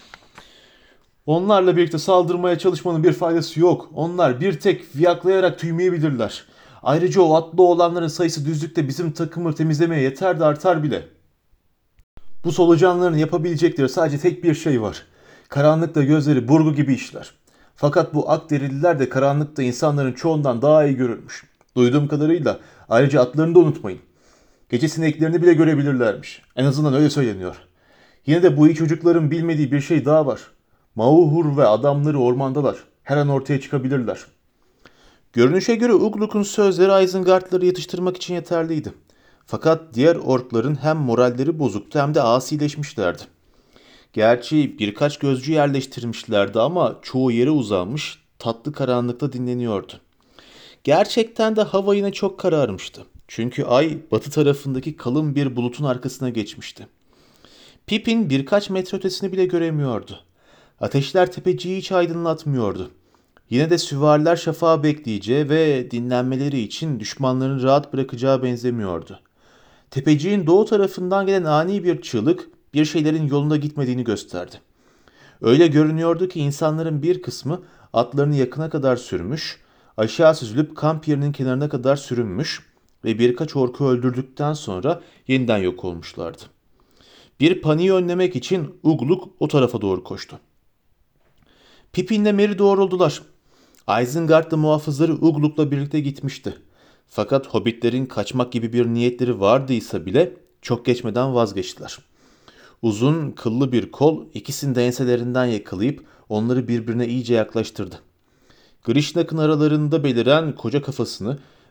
Onlarla birlikte saldırmaya çalışmanın bir faydası yok. Onlar bir tek fiyaklayarak tüymeyebilirler. Ayrıca o atlı oğlanların sayısı düzlükte bizim takımı temizlemeye yeter de artar bile. Bu solucanların yapabilecekleri sadece tek bir şey var. Karanlıkta gözleri burgu gibi işler. Fakat bu Akderililer de karanlıkta insanların çoğundan daha iyi görürmüş. Duyduğum kadarıyla ayrıca atlarını da unutmayın. Gece sineklerini bile görebilirlermiş. En azından öyle söyleniyor. Yine de bu iyi çocukların bilmediği bir şey daha var. Mauhur ve adamları ormandalar. Her an ortaya çıkabilirler." Görünüşe göre Ugluk'un sözleri Isengardları yatıştırmak için yeterliydi. Fakat diğer orkların hem moralleri bozuktu hem de asileşmişlerdi. Gerçi birkaç gözcü yerleştirmişlerdi ama çoğu yere uzanmış, tatlı karanlıkta dinleniyordu. Gerçekten de hava yine çok kararmıştı. Çünkü ay batı tarafındaki kalın bir bulutun arkasına geçmişti. Pippin birkaç metre ötesini bile göremiyordu. Ateşler tepeciyi hiç aydınlatmıyordu. Yine de süvariler şafağı bekleyeceği ve dinlenmeleri için düşmanlarını rahat bırakacağı benzemiyordu. Tepeciğin doğu tarafından gelen ani bir çığlık bir şeylerin yolunda gitmediğini gösterdi. Öyle görünüyordu ki insanların bir kısmı atlarını yakına kadar sürmüş, aşağı süzülüp kamp yerinin kenarına kadar sürünmüş ve birkaç orku öldürdükten sonra yeniden yok olmuşlardı. Bir paniği önlemek için Ugluk o tarafa doğru koştu. Pippin'le Merry doğruldular. Isengard'lı muhafızları Ugluk'la birlikte gitmişti. Fakat hobbitlerin kaçmak gibi bir niyetleri vardıysa bile çok geçmeden vazgeçtiler. Uzun, kıllı bir kol ikisini de enselerinden yakalayıp onları birbirine iyice yaklaştırdı. Grishnak'ın aralarında beliren koca kafasını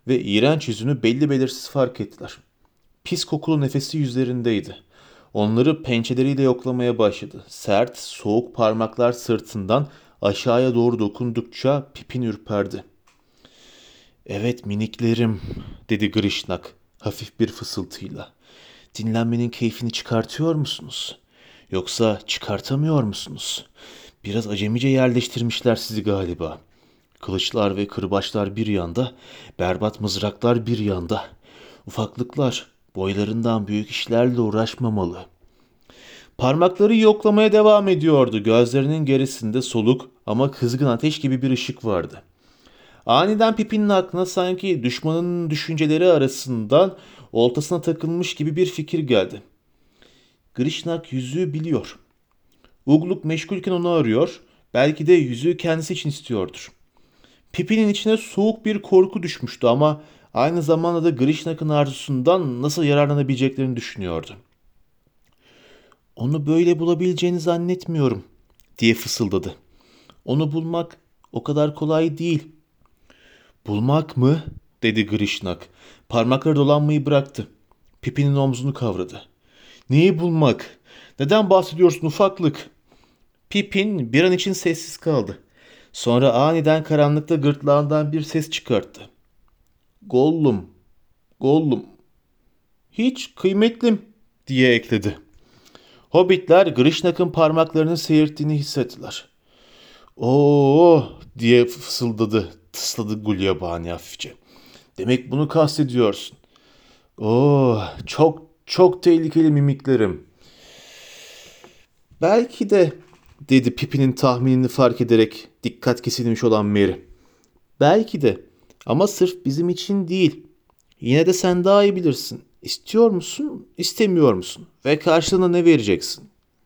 ve iğrenç yüzünü belli belirsiz fark ettiler. Pis kokulu nefesi yüzlerindeydi. Onları pençeleriyle yoklamaya başladı. Sert, soğuk parmaklar sırtından aşağıya doğru dokundukça Pipin ürperdi. "Evet miniklerim," dedi Grishnak hafif bir fısıltıyla. "Dinlenmenin keyfini çıkartıyor musunuz? Yoksa çıkartamıyor musunuz? Biraz acemice yerleştirmişler sizi galiba. Kılıçlar ve kırbaçlar bir yanda, berbat mızraklar bir yanda. Ufaklıklar boylarından büyük işlerle uğraşmamalı." Parmakları yoklamaya devam ediyordu. Gözlerinin gerisinde soluk ama kızgın ateş gibi bir ışık vardı. Aniden Pipin'in aklına sanki düşmanının düşünceleri arasından oltasına takılmış gibi bir fikir geldi. Grishnak yüzüğü biliyor. Ugluk meşgulken onu arıyor. Belki de yüzüğü kendisi için istiyordur. Pipin'in içine soğuk bir korku düşmüştü ama aynı zamanda da Grishnak'ın arzusundan nasıl yararlanabileceklerini düşünüyordu. "Onu böyle bulabileceğini zannetmiyorum," diye fısıldadı. "Onu bulmak o kadar kolay değil." "Bulmak mı?" dedi Grishnak. Parmakları dolanmayı bıraktı. Pipin'in omzunu kavradı. "Neyi bulmak? Neden bahsediyorsun ufaklık?" Pipin bir an için sessiz kaldı. Sonra aniden karanlıkta gırtlağından bir ses çıkarttı. "Gollum, Gollum." "Hiç kıymetlim," diye ekledi. Hobbitler Grishnak'ın parmaklarını seyirttiğini hissettiler. "Oo," diye fısıldadı, tısladı Gulyabani hafifçe. "Demek bunu kastediyorsun. Oo, çok çok tehlikeli mimiklerim." "Belki de," dedi Pippin'in tahminini fark ederek dikkat kesilmiş olan Merry. "Belki de ama sırf bizim için değil. Yine de sen daha iyi bilirsin. İstiyor musun, istemiyor musun? Ve karşılığında ne vereceksin?"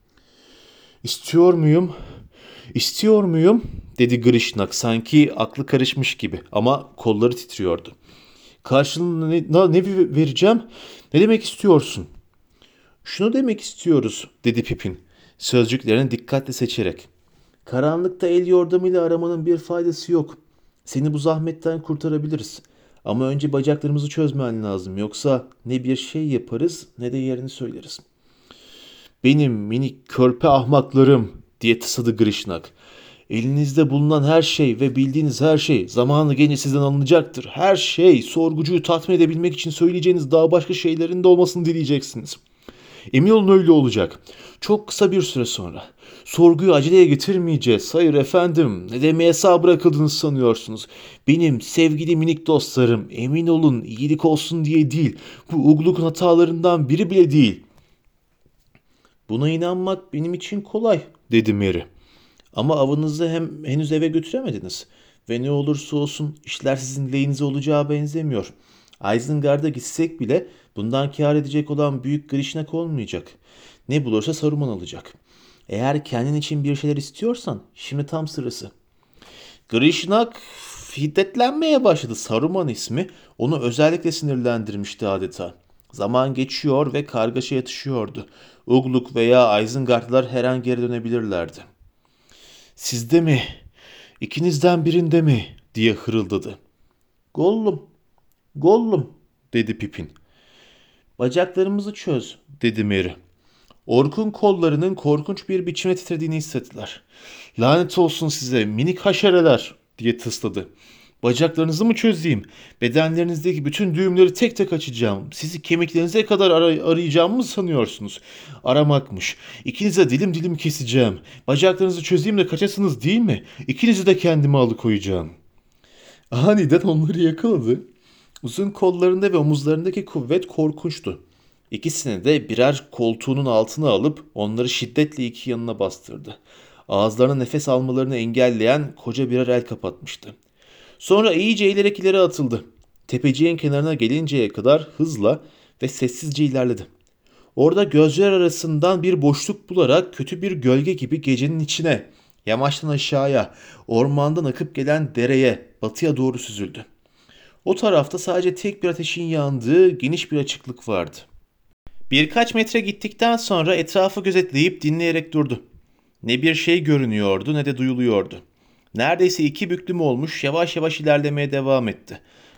"İstiyor muyum? İstiyor muyum?" dedi Grishnak sanki aklı karışmış gibi ama kolları titriyordu. "Karşılığında ne vereceğim? Ne demek istiyorsun?" "Şunu demek istiyoruz," dedi Pippin sözcüklerini dikkatle seçerek. "Karanlıkta el yordamıyla aramanın bir faydası yok. Seni bu zahmetten kurtarabiliriz. Ama önce bacaklarımızı çözmen lazım. Yoksa ne bir şey yaparız ne de yerini söyleriz." "Benim minik körpe ahmaklarım," diye tısladı Grishnak. "Elinizde bulunan her şey ve bildiğiniz her şey zamanı gelince sizden alınacaktır. Her şey sorgucuyu tatmin edebilmek için söyleyeceğiniz daha başka şeylerin de olmasını dileyeceksiniz. Emin olun öyle olacak. Çok kısa bir süre sonra. Sorguyu aceleye getirmeyeceğiz. Hayır efendim, ne demeye sağ bırakıldığınızı sanıyorsunuz? Benim sevgili minik dostlarım, emin olun iyilik olsun diye değil. Bu Ugluk'un hatalarından biri bile değil." "Buna inanmak benim için kolay," dedi Merry. "Ama avınızı henüz eve götüremediniz. Ve ne olursa olsun işler sizin lehinize olacağı benzemiyor. Isengard'a gitsek bile bundan kâr edecek olan büyük Grishnak olmayacak. Ne bulursa Saruman alacak. Eğer kendin için bir şeyler istiyorsan şimdi tam sırası." Grishnak hiddetlenmeye başladı. Saruman ismi onu özellikle sinirlendirmişti adeta. Zaman geçiyor ve kargaşa yatışıyordu. Ugluk veya Isengard'lar her an geri dönebilirlerdi. "Sizde mi? İkinizden birinde mi?" diye hırıldadı. "Gollum, Gollum," dedi Pippin. "Bacaklarımızı çöz," dedi Merry. Orkun kollarının korkunç bir biçimde titrediğini hissettiler. "Lanet olsun size minik haşereler," diye tısladı. "Bacaklarınızı mı çözeyim? Bedenlerinizdeki bütün düğümleri tek tek açacağım. Sizi kemiklerinize kadar arayacağımı mı sanıyorsunuz? Aramakmış. İkinize dilim dilim keseceğim. Bacaklarınızı çözeyim de kaçasınız değil mi? İkinizi de kendime alıkoyacağım." Aniden onları yakaladı. Uzun kollarında ve omuzlarındaki kuvvet korkunçtu. İkisini de birer koltuğunun altına alıp onları şiddetle iki yanına bastırdı. Ağızlarına nefes almalarını engelleyen koca birer el kapatmıştı. Sonra iyice eğilerek ileri atıldı. Tepeciğin kenarına gelinceye kadar hızla ve sessizce ilerledi. Orada gözler arasından bir boşluk bularak kötü bir gölge gibi gecenin içine, yamaçtan aşağıya, ormandan akıp gelen dereye, batıya doğru süzüldü. O tarafta sadece tek bir ateşin yandığı geniş bir açıklık vardı. Birkaç metre gittikten sonra etrafı gözetleyip dinleyerek durdu. Ne bir şey görünüyordu ne de duyuluyordu. Neredeyse iki büklüm olmuş yavaş yavaş ilerlemeye devam etti.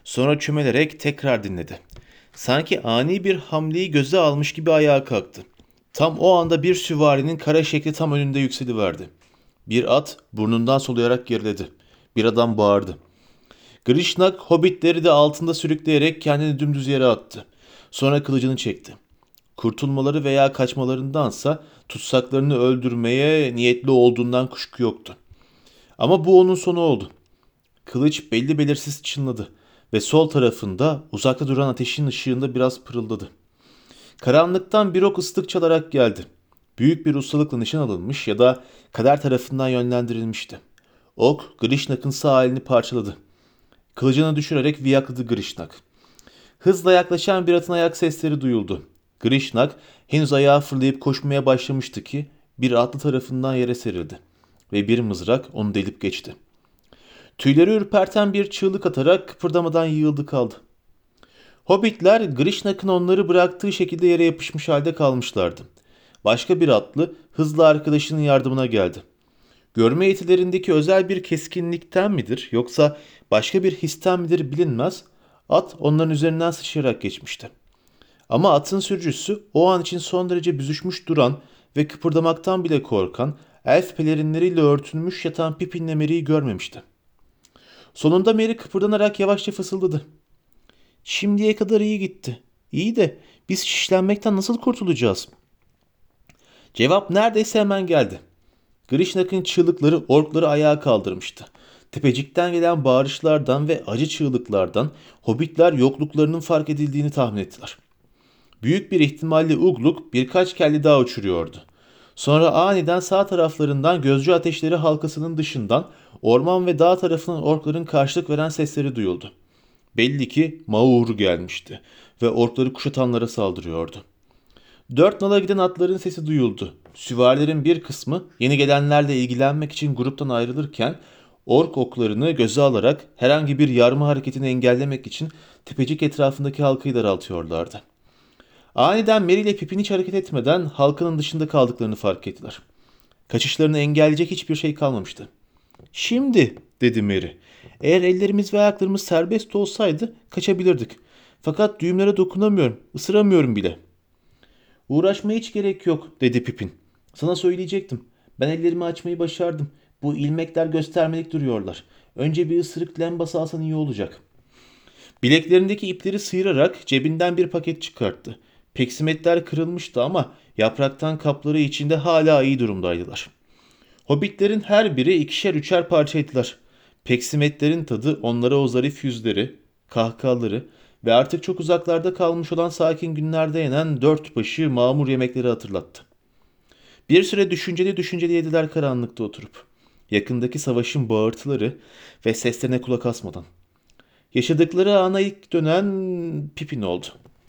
Sonra çömelerek tekrar dinledi. Sanki ani bir hamleyi göze almış gibi ayağa kalktı. Tam o anda bir süvarinin kara şekli tam önünde yükseliverdi. Bir at burnundan soluyarak geriledi. Bir adam bağırdı. Grishnak hobbitleri de altında sürükleyerek kendini dümdüz yere attı. Sonra kılıcını çekti. Kurtulmaları veya kaçmalarındansa tutsaklarını öldürmeye niyetli olduğundan kuşku yoktu. Ama bu onun sonu oldu. Kılıç belli belirsiz çınladı ve sol tarafında uzakta duran ateşin ışığında biraz pırıldadı. Karanlıktan bir ok ıslık çalarak geldi. Büyük bir ustalıkla nişan alınmış ya da kader tarafından yönlendirilmişti. Ok Grishnak'ın sağ elini parçaladı. Kılıcını düşürerek viyakladı Grishnak. Hızla yaklaşan bir atın ayak sesleri duyuldu. Grishnak henüz ayağa fırlayıp koşmaya başlamıştı ki bir atlı tarafından yere serildi ve bir mızrak onu delip geçti. Tüyleri ürperten bir çığlık atarak kıpırdamadan yığıldı kaldı. Hobbitler Grishnak'ın onları bıraktığı şekilde yere yapışmış halde kalmışlardı. Başka bir atlı hızla arkadaşının yardımına geldi. Görme yetilerindeki özel bir keskinlikten midir yoksa başka bir histen midir bilinmez, at onların üzerinden sıçrayarak geçmişti. Ama atın sürücüsü o an için son derece büzüşmüş duran ve kıpırdamaktan bile korkan, elf pelerinleriyle örtülmüş yatan Pippin'le Merry'i görmemişti. Sonunda Merry kıpırdanarak yavaşça fısıldadı. Şimdiye kadar iyi gitti. İyi de biz şişlenmekten nasıl kurtulacağız? Cevap neredeyse hemen geldi. Grishnak'ın çığlıkları orkları ayağa kaldırmıştı. Tepecikten gelen bağırışlardan ve acı çığlıklardan hobbitler yokluklarının fark edildiğini tahmin ettiler. Büyük bir ihtimalle Ugluk birkaç kelle daha uçuruyordu. Sonra aniden sağ taraflarından gözcü ateşleri halkasının dışından orman ve dağ tarafından orkların karşılık veren sesleri duyuldu. Belli ki Mauğur gelmişti ve orkları kuşatanlara saldırıyordu. Dört nala giden atların sesi duyuldu. Süvarilerin bir kısmı yeni gelenlerle ilgilenmek için gruptan ayrılırken ork oklarını göze alarak herhangi bir yarma hareketini engellemek için tepecik etrafındaki halkayı daraltıyorlardı. Aniden Merry ile Pippin hiç hareket etmeden halkanın dışında kaldıklarını fark ettiler. Kaçışlarını engelleyecek hiçbir şey kalmamıştı. Şimdi, dedi Merry, eğer ellerimiz ve ayaklarımız serbest olsaydı kaçabilirdik. Fakat düğümlere dokunamıyorum, ısıramıyorum bile. Uğraşmaya hiç gerek yok, dedi Pippin. Sana söyleyecektim. Ben ellerimi açmayı başardım. Bu ilmekler göstermelik duruyorlar. Önce bir ısırık lembası alsan iyi olacak. Bileklerindeki ipleri sıyırarak cebinden bir paket çıkarttı. Peksimetler kırılmıştı ama yapraktan kapları içinde hala iyi durumdaydılar. Hobbitlerin her biri ikişer üçer parçaydılar. Peksimetlerin tadı onlara o zarif yüzleri, kahkahaları ve artık çok uzaklarda kalmış olan sakin günlerde yenen dört başı mamur yemekleri hatırlattı. Bir süre düşünceli düşünceli yediler karanlıkta oturup. Yakındaki savaşın bağırtıları ve seslerine kulak asmadan. Yaşadıkları ana ilk dönen Pippin oldu.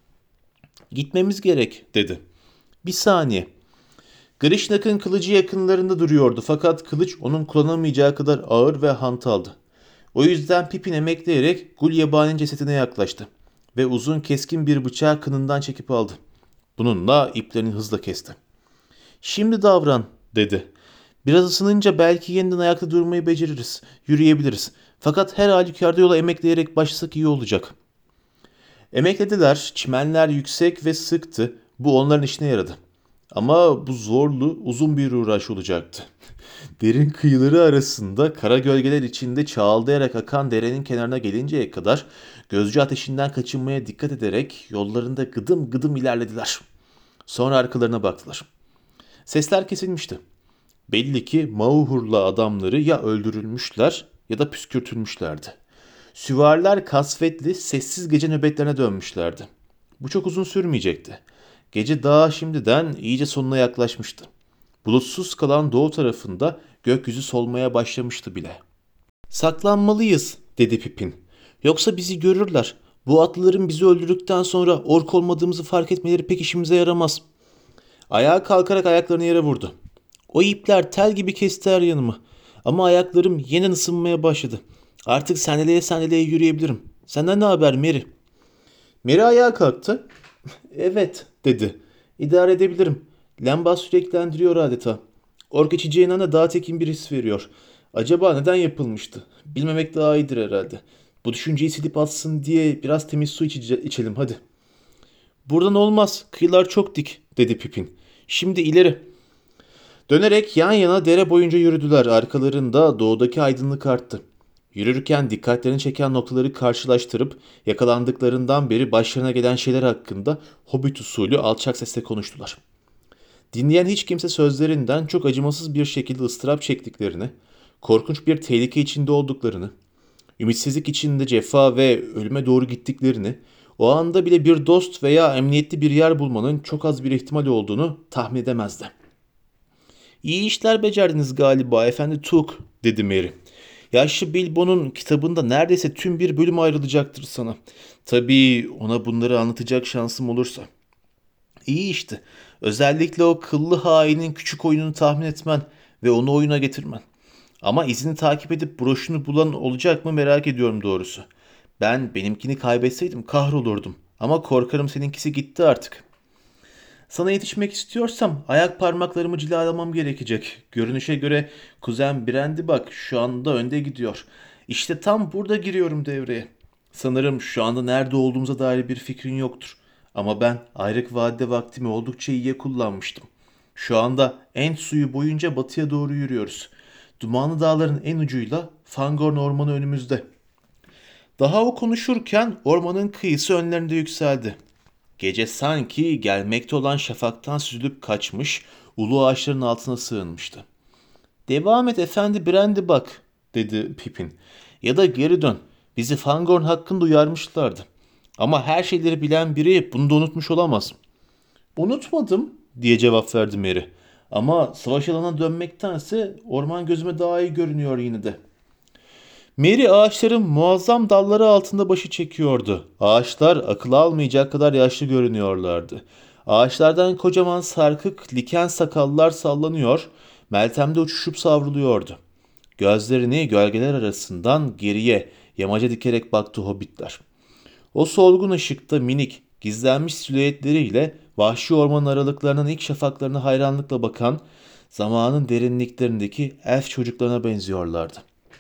Gitmemiz gerek, dedi. Bir saniye. Grishnak'ın kılıcı yakınlarında duruyordu fakat kılıç onun kullanamayacağı kadar ağır ve hantaldı. O yüzden Pippin emekleyerek Gulyabani'nin cesedine yaklaştı ve uzun keskin bir bıçağı kınından çekip aldı. Bununla iplerini hızla kesti. Şimdi davran, dedi. Biraz ısınınca belki yeniden ayakta durmayı beceririz, yürüyebiliriz. Fakat her halükarda yola emekleyerek başlasak iyi olacak. Emeklediler, çimenler yüksek ve sıktı. Bu onların işine yaradı. Ama bu zorlu, uzun bir uğraş olacaktı. Derin kıyıları arasında kara gölgeler içinde çağıldayarak akan derenin kenarına gelinceye kadar gözcü ateşinden kaçınmaya dikkat ederek yollarında gıdım gıdım ilerlediler. Sonra arkalarına baktılar. Sesler kesilmişti. Belli ki Mauğur'la adamları ya öldürülmüşler ya da püskürtülmüşlerdi. Süvariler kasvetli, sessiz gece nöbetlerine dönmüşlerdi. Bu çok uzun sürmeyecekti. Gece daha şimdiden iyice sonuna yaklaşmıştı. Bulutsuz kalan doğu tarafında gökyüzü solmaya başlamıştı bile. Saklanmalıyız, dedi Pippin. Yoksa bizi görürler. Bu atlıların bizi öldürdükten sonra ork olmadığımızı fark etmeleri pek işimize yaramaz. Ayağa kalkarak ayaklarını yere vurdu. O ipler tel gibi kesti her yanımı. Ama ayaklarım yeniden ısınmaya başladı. Artık sendeleye sendeleye yürüyebilirim. Senden ne haber Merry? Merry ayağa kalktı. Evet, dedi. İdare edebilirim. Lamba süreklendiriyor adeta. Ork içeceğinden de daha tekin bir his veriyor. Acaba neden yapılmıştı? Bilmemek daha iyidir herhalde. Bu düşünceyi silip atsın diye biraz temiz su içelim hadi. Buradan olmaz. Kıyılar çok dik, dedi Pipin. Şimdi ileri. Dönerek yan yana dere boyunca yürüdüler. Arkalarında doğudaki aydınlık arttı. Yürürken dikkatlerini çeken noktaları karşılaştırıp yakalandıklarından beri başlarına gelen şeyler hakkında hobbit usulü alçak sesle konuştular. Dinleyen hiç kimse sözlerinden çok acımasız bir şekilde ıstırap çektiklerini, korkunç bir tehlike içinde olduklarını, ümitsizlik içinde cefa ve ölüme doğru gittiklerini, o anda bile bir dost veya emniyetli bir yer bulmanın çok az bir ihtimal olduğunu tahmin edemezdi. "İyi işler becerdiniz galiba Efendi Tuk," dedi Mary. "Yaşlı Bilbo'nun kitabında neredeyse tüm bir bölüm ayrılacaktır sana. Tabii ona bunları anlatacak şansım olursa." "İyi işte. Özellikle o kıllı hainin küçük oyununu tahmin etmen ve onu oyuna getirmen. Ama izini takip edip broşunu bulan olacak mı merak ediyorum doğrusu. Ben benimkini kaybetseydim kahrolurdum. Ama korkarım seninkisi gitti artık." "Sana yetişmek istiyorsam ayak parmaklarımı cilalamam gerekecek. Görünüşe göre kuzen Brandy bak şu anda önde gidiyor. İşte tam burada giriyorum devreye. Sanırım şu anda nerede olduğumuza dair bir fikrin yoktur. Ama ben ayrık vadide vaktimi oldukça iyiye kullanmıştım. Şu anda Ent suyu boyunca batıya doğru yürüyoruz. Dumanlı dağların en ucuyla Fangorn ormanı önümüzde." Daha o konuşurken ormanın kıyısı önlerinde yükseldi. Gece sanki gelmekte olan şafaktan süzülüp kaçmış, ulu ağaçların altına sığınmıştı. "Devam et efendi Brandy bak," dedi Pippin. "Ya da geri dön. Bizi Fangorn hakkında uyarmışlardı. Ama her şeyleri bilen biri bunu da unutmuş olamaz." "Unutmadım," diye cevap verdi Mary. "Ama savaş alanına dönmektense orman gözüme daha iyi görünüyor yine de." Mary ağaçların muazzam dalları altında başı çekiyordu. Ağaçlar akıl almayacak kadar yaşlı görünüyorlardı. Ağaçlardan kocaman sarkık liken sakallar sallanıyor, Meltem'de uçuşup savruluyordu. Gözlerini gölgeler arasından geriye yamaca dikerek baktı hobbitler. O solgun ışıkta minik, gizlenmiş silüetleriyle vahşi ormanın aralıklarının ilk şafaklarına hayranlıkla bakan, zamanın derinliklerindeki elf çocuklarına benziyorlardı.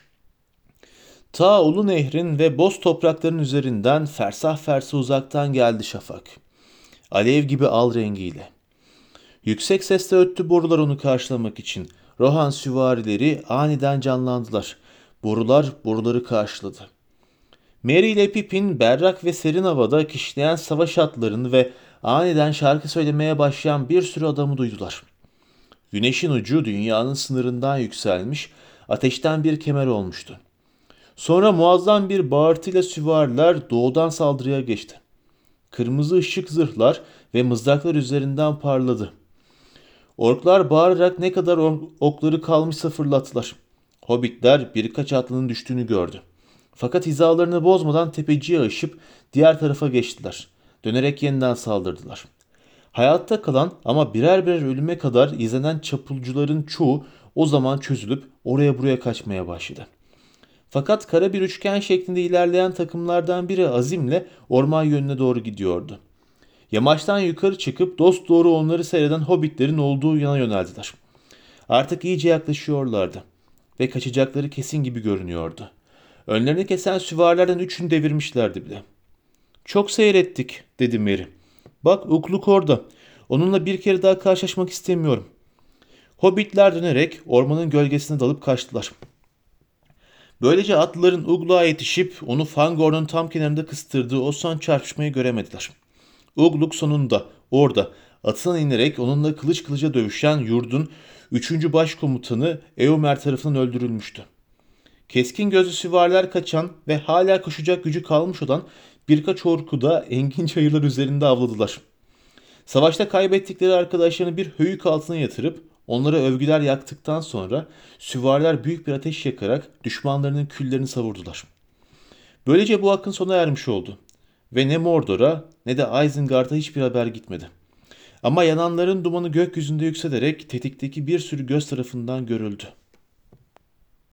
Ta Ulu Nehrin ve boz toprakların üzerinden fersah fersah uzaktan geldi şafak. Alev gibi al rengiyle. Yüksek sesle öttü borular onu karşılamak için. Rohan süvarileri aniden canlandılar. Borular boruları karşıladı. Merry ile Pippin berrak ve serin havada kişneyen savaş atlarını ve aniden şarkı söylemeye başlayan bir sürü adamı duydular. Güneşin ucu dünyanın sınırından yükselmiş, ateşten bir kemer olmuştu. Sonra muazzam bir bağırtıyla süvariler doğudan saldırıya geçti. Kırmızı ışık zırhlar ve mızraklar üzerinden parladı. Orklar bağırarak ne kadar okları kalmışsa fırlattılar. Hobbitler birkaç atlının düştüğünü gördü. Fakat hizalarını bozmadan tepeciye aşıp diğer tarafa geçtiler. Dönerek yeniden saldırdılar. Hayatta kalan ama birer birer ölüme kadar izlenen çapulcuların çoğu o zaman çözülüp oraya buraya kaçmaya başladı. Fakat kara bir üçgen şeklinde ilerleyen takımlardan biri azimle orman yönüne doğru gidiyordu. Yamaçtan yukarı çıkıp dosdoğru onları seyreden hobbitlerin olduğu yana yöneldiler. Artık iyice yaklaşıyorlardı ve kaçacakları kesin gibi görünüyordu. Önlerini kesen süvarilerden üçünü devirmişlerdi bile. "Çok seyrettik," dedi Merry. "Bak Ukluk orada. Onunla bir kere daha karşılaşmak istemiyorum." Hobbitler dönerek ormanın gölgesine dalıp kaçtılar. Böylece atlıların Ugluk'a yetişip onu Fangorn'un tam kenarında kıstırdığı o son çarpışmayı göremediler. Ugluk sonunda orada atından inerek onunla kılıç kılıca dövüşen yurdun 3. başkomutanı Eomer tarafından öldürülmüştü. Keskin gözlü süvariler kaçan ve hala koşacak gücü kalmış olan birkaç orku da engin çayırlar üzerinde avladılar. Savaşta kaybettikleri arkadaşlarını bir höyük altına yatırıp onlara övgüler yaktıktan sonra süvariler büyük bir ateş yakarak düşmanlarının küllerini savurdular. Böylece bu akın sona ermiş oldu ve ne Mordor'a ne de Isengard'a hiçbir haber gitmedi. Ama yananların dumanı gökyüzünde yükselerek tetikteki bir sürü göz tarafından görüldü.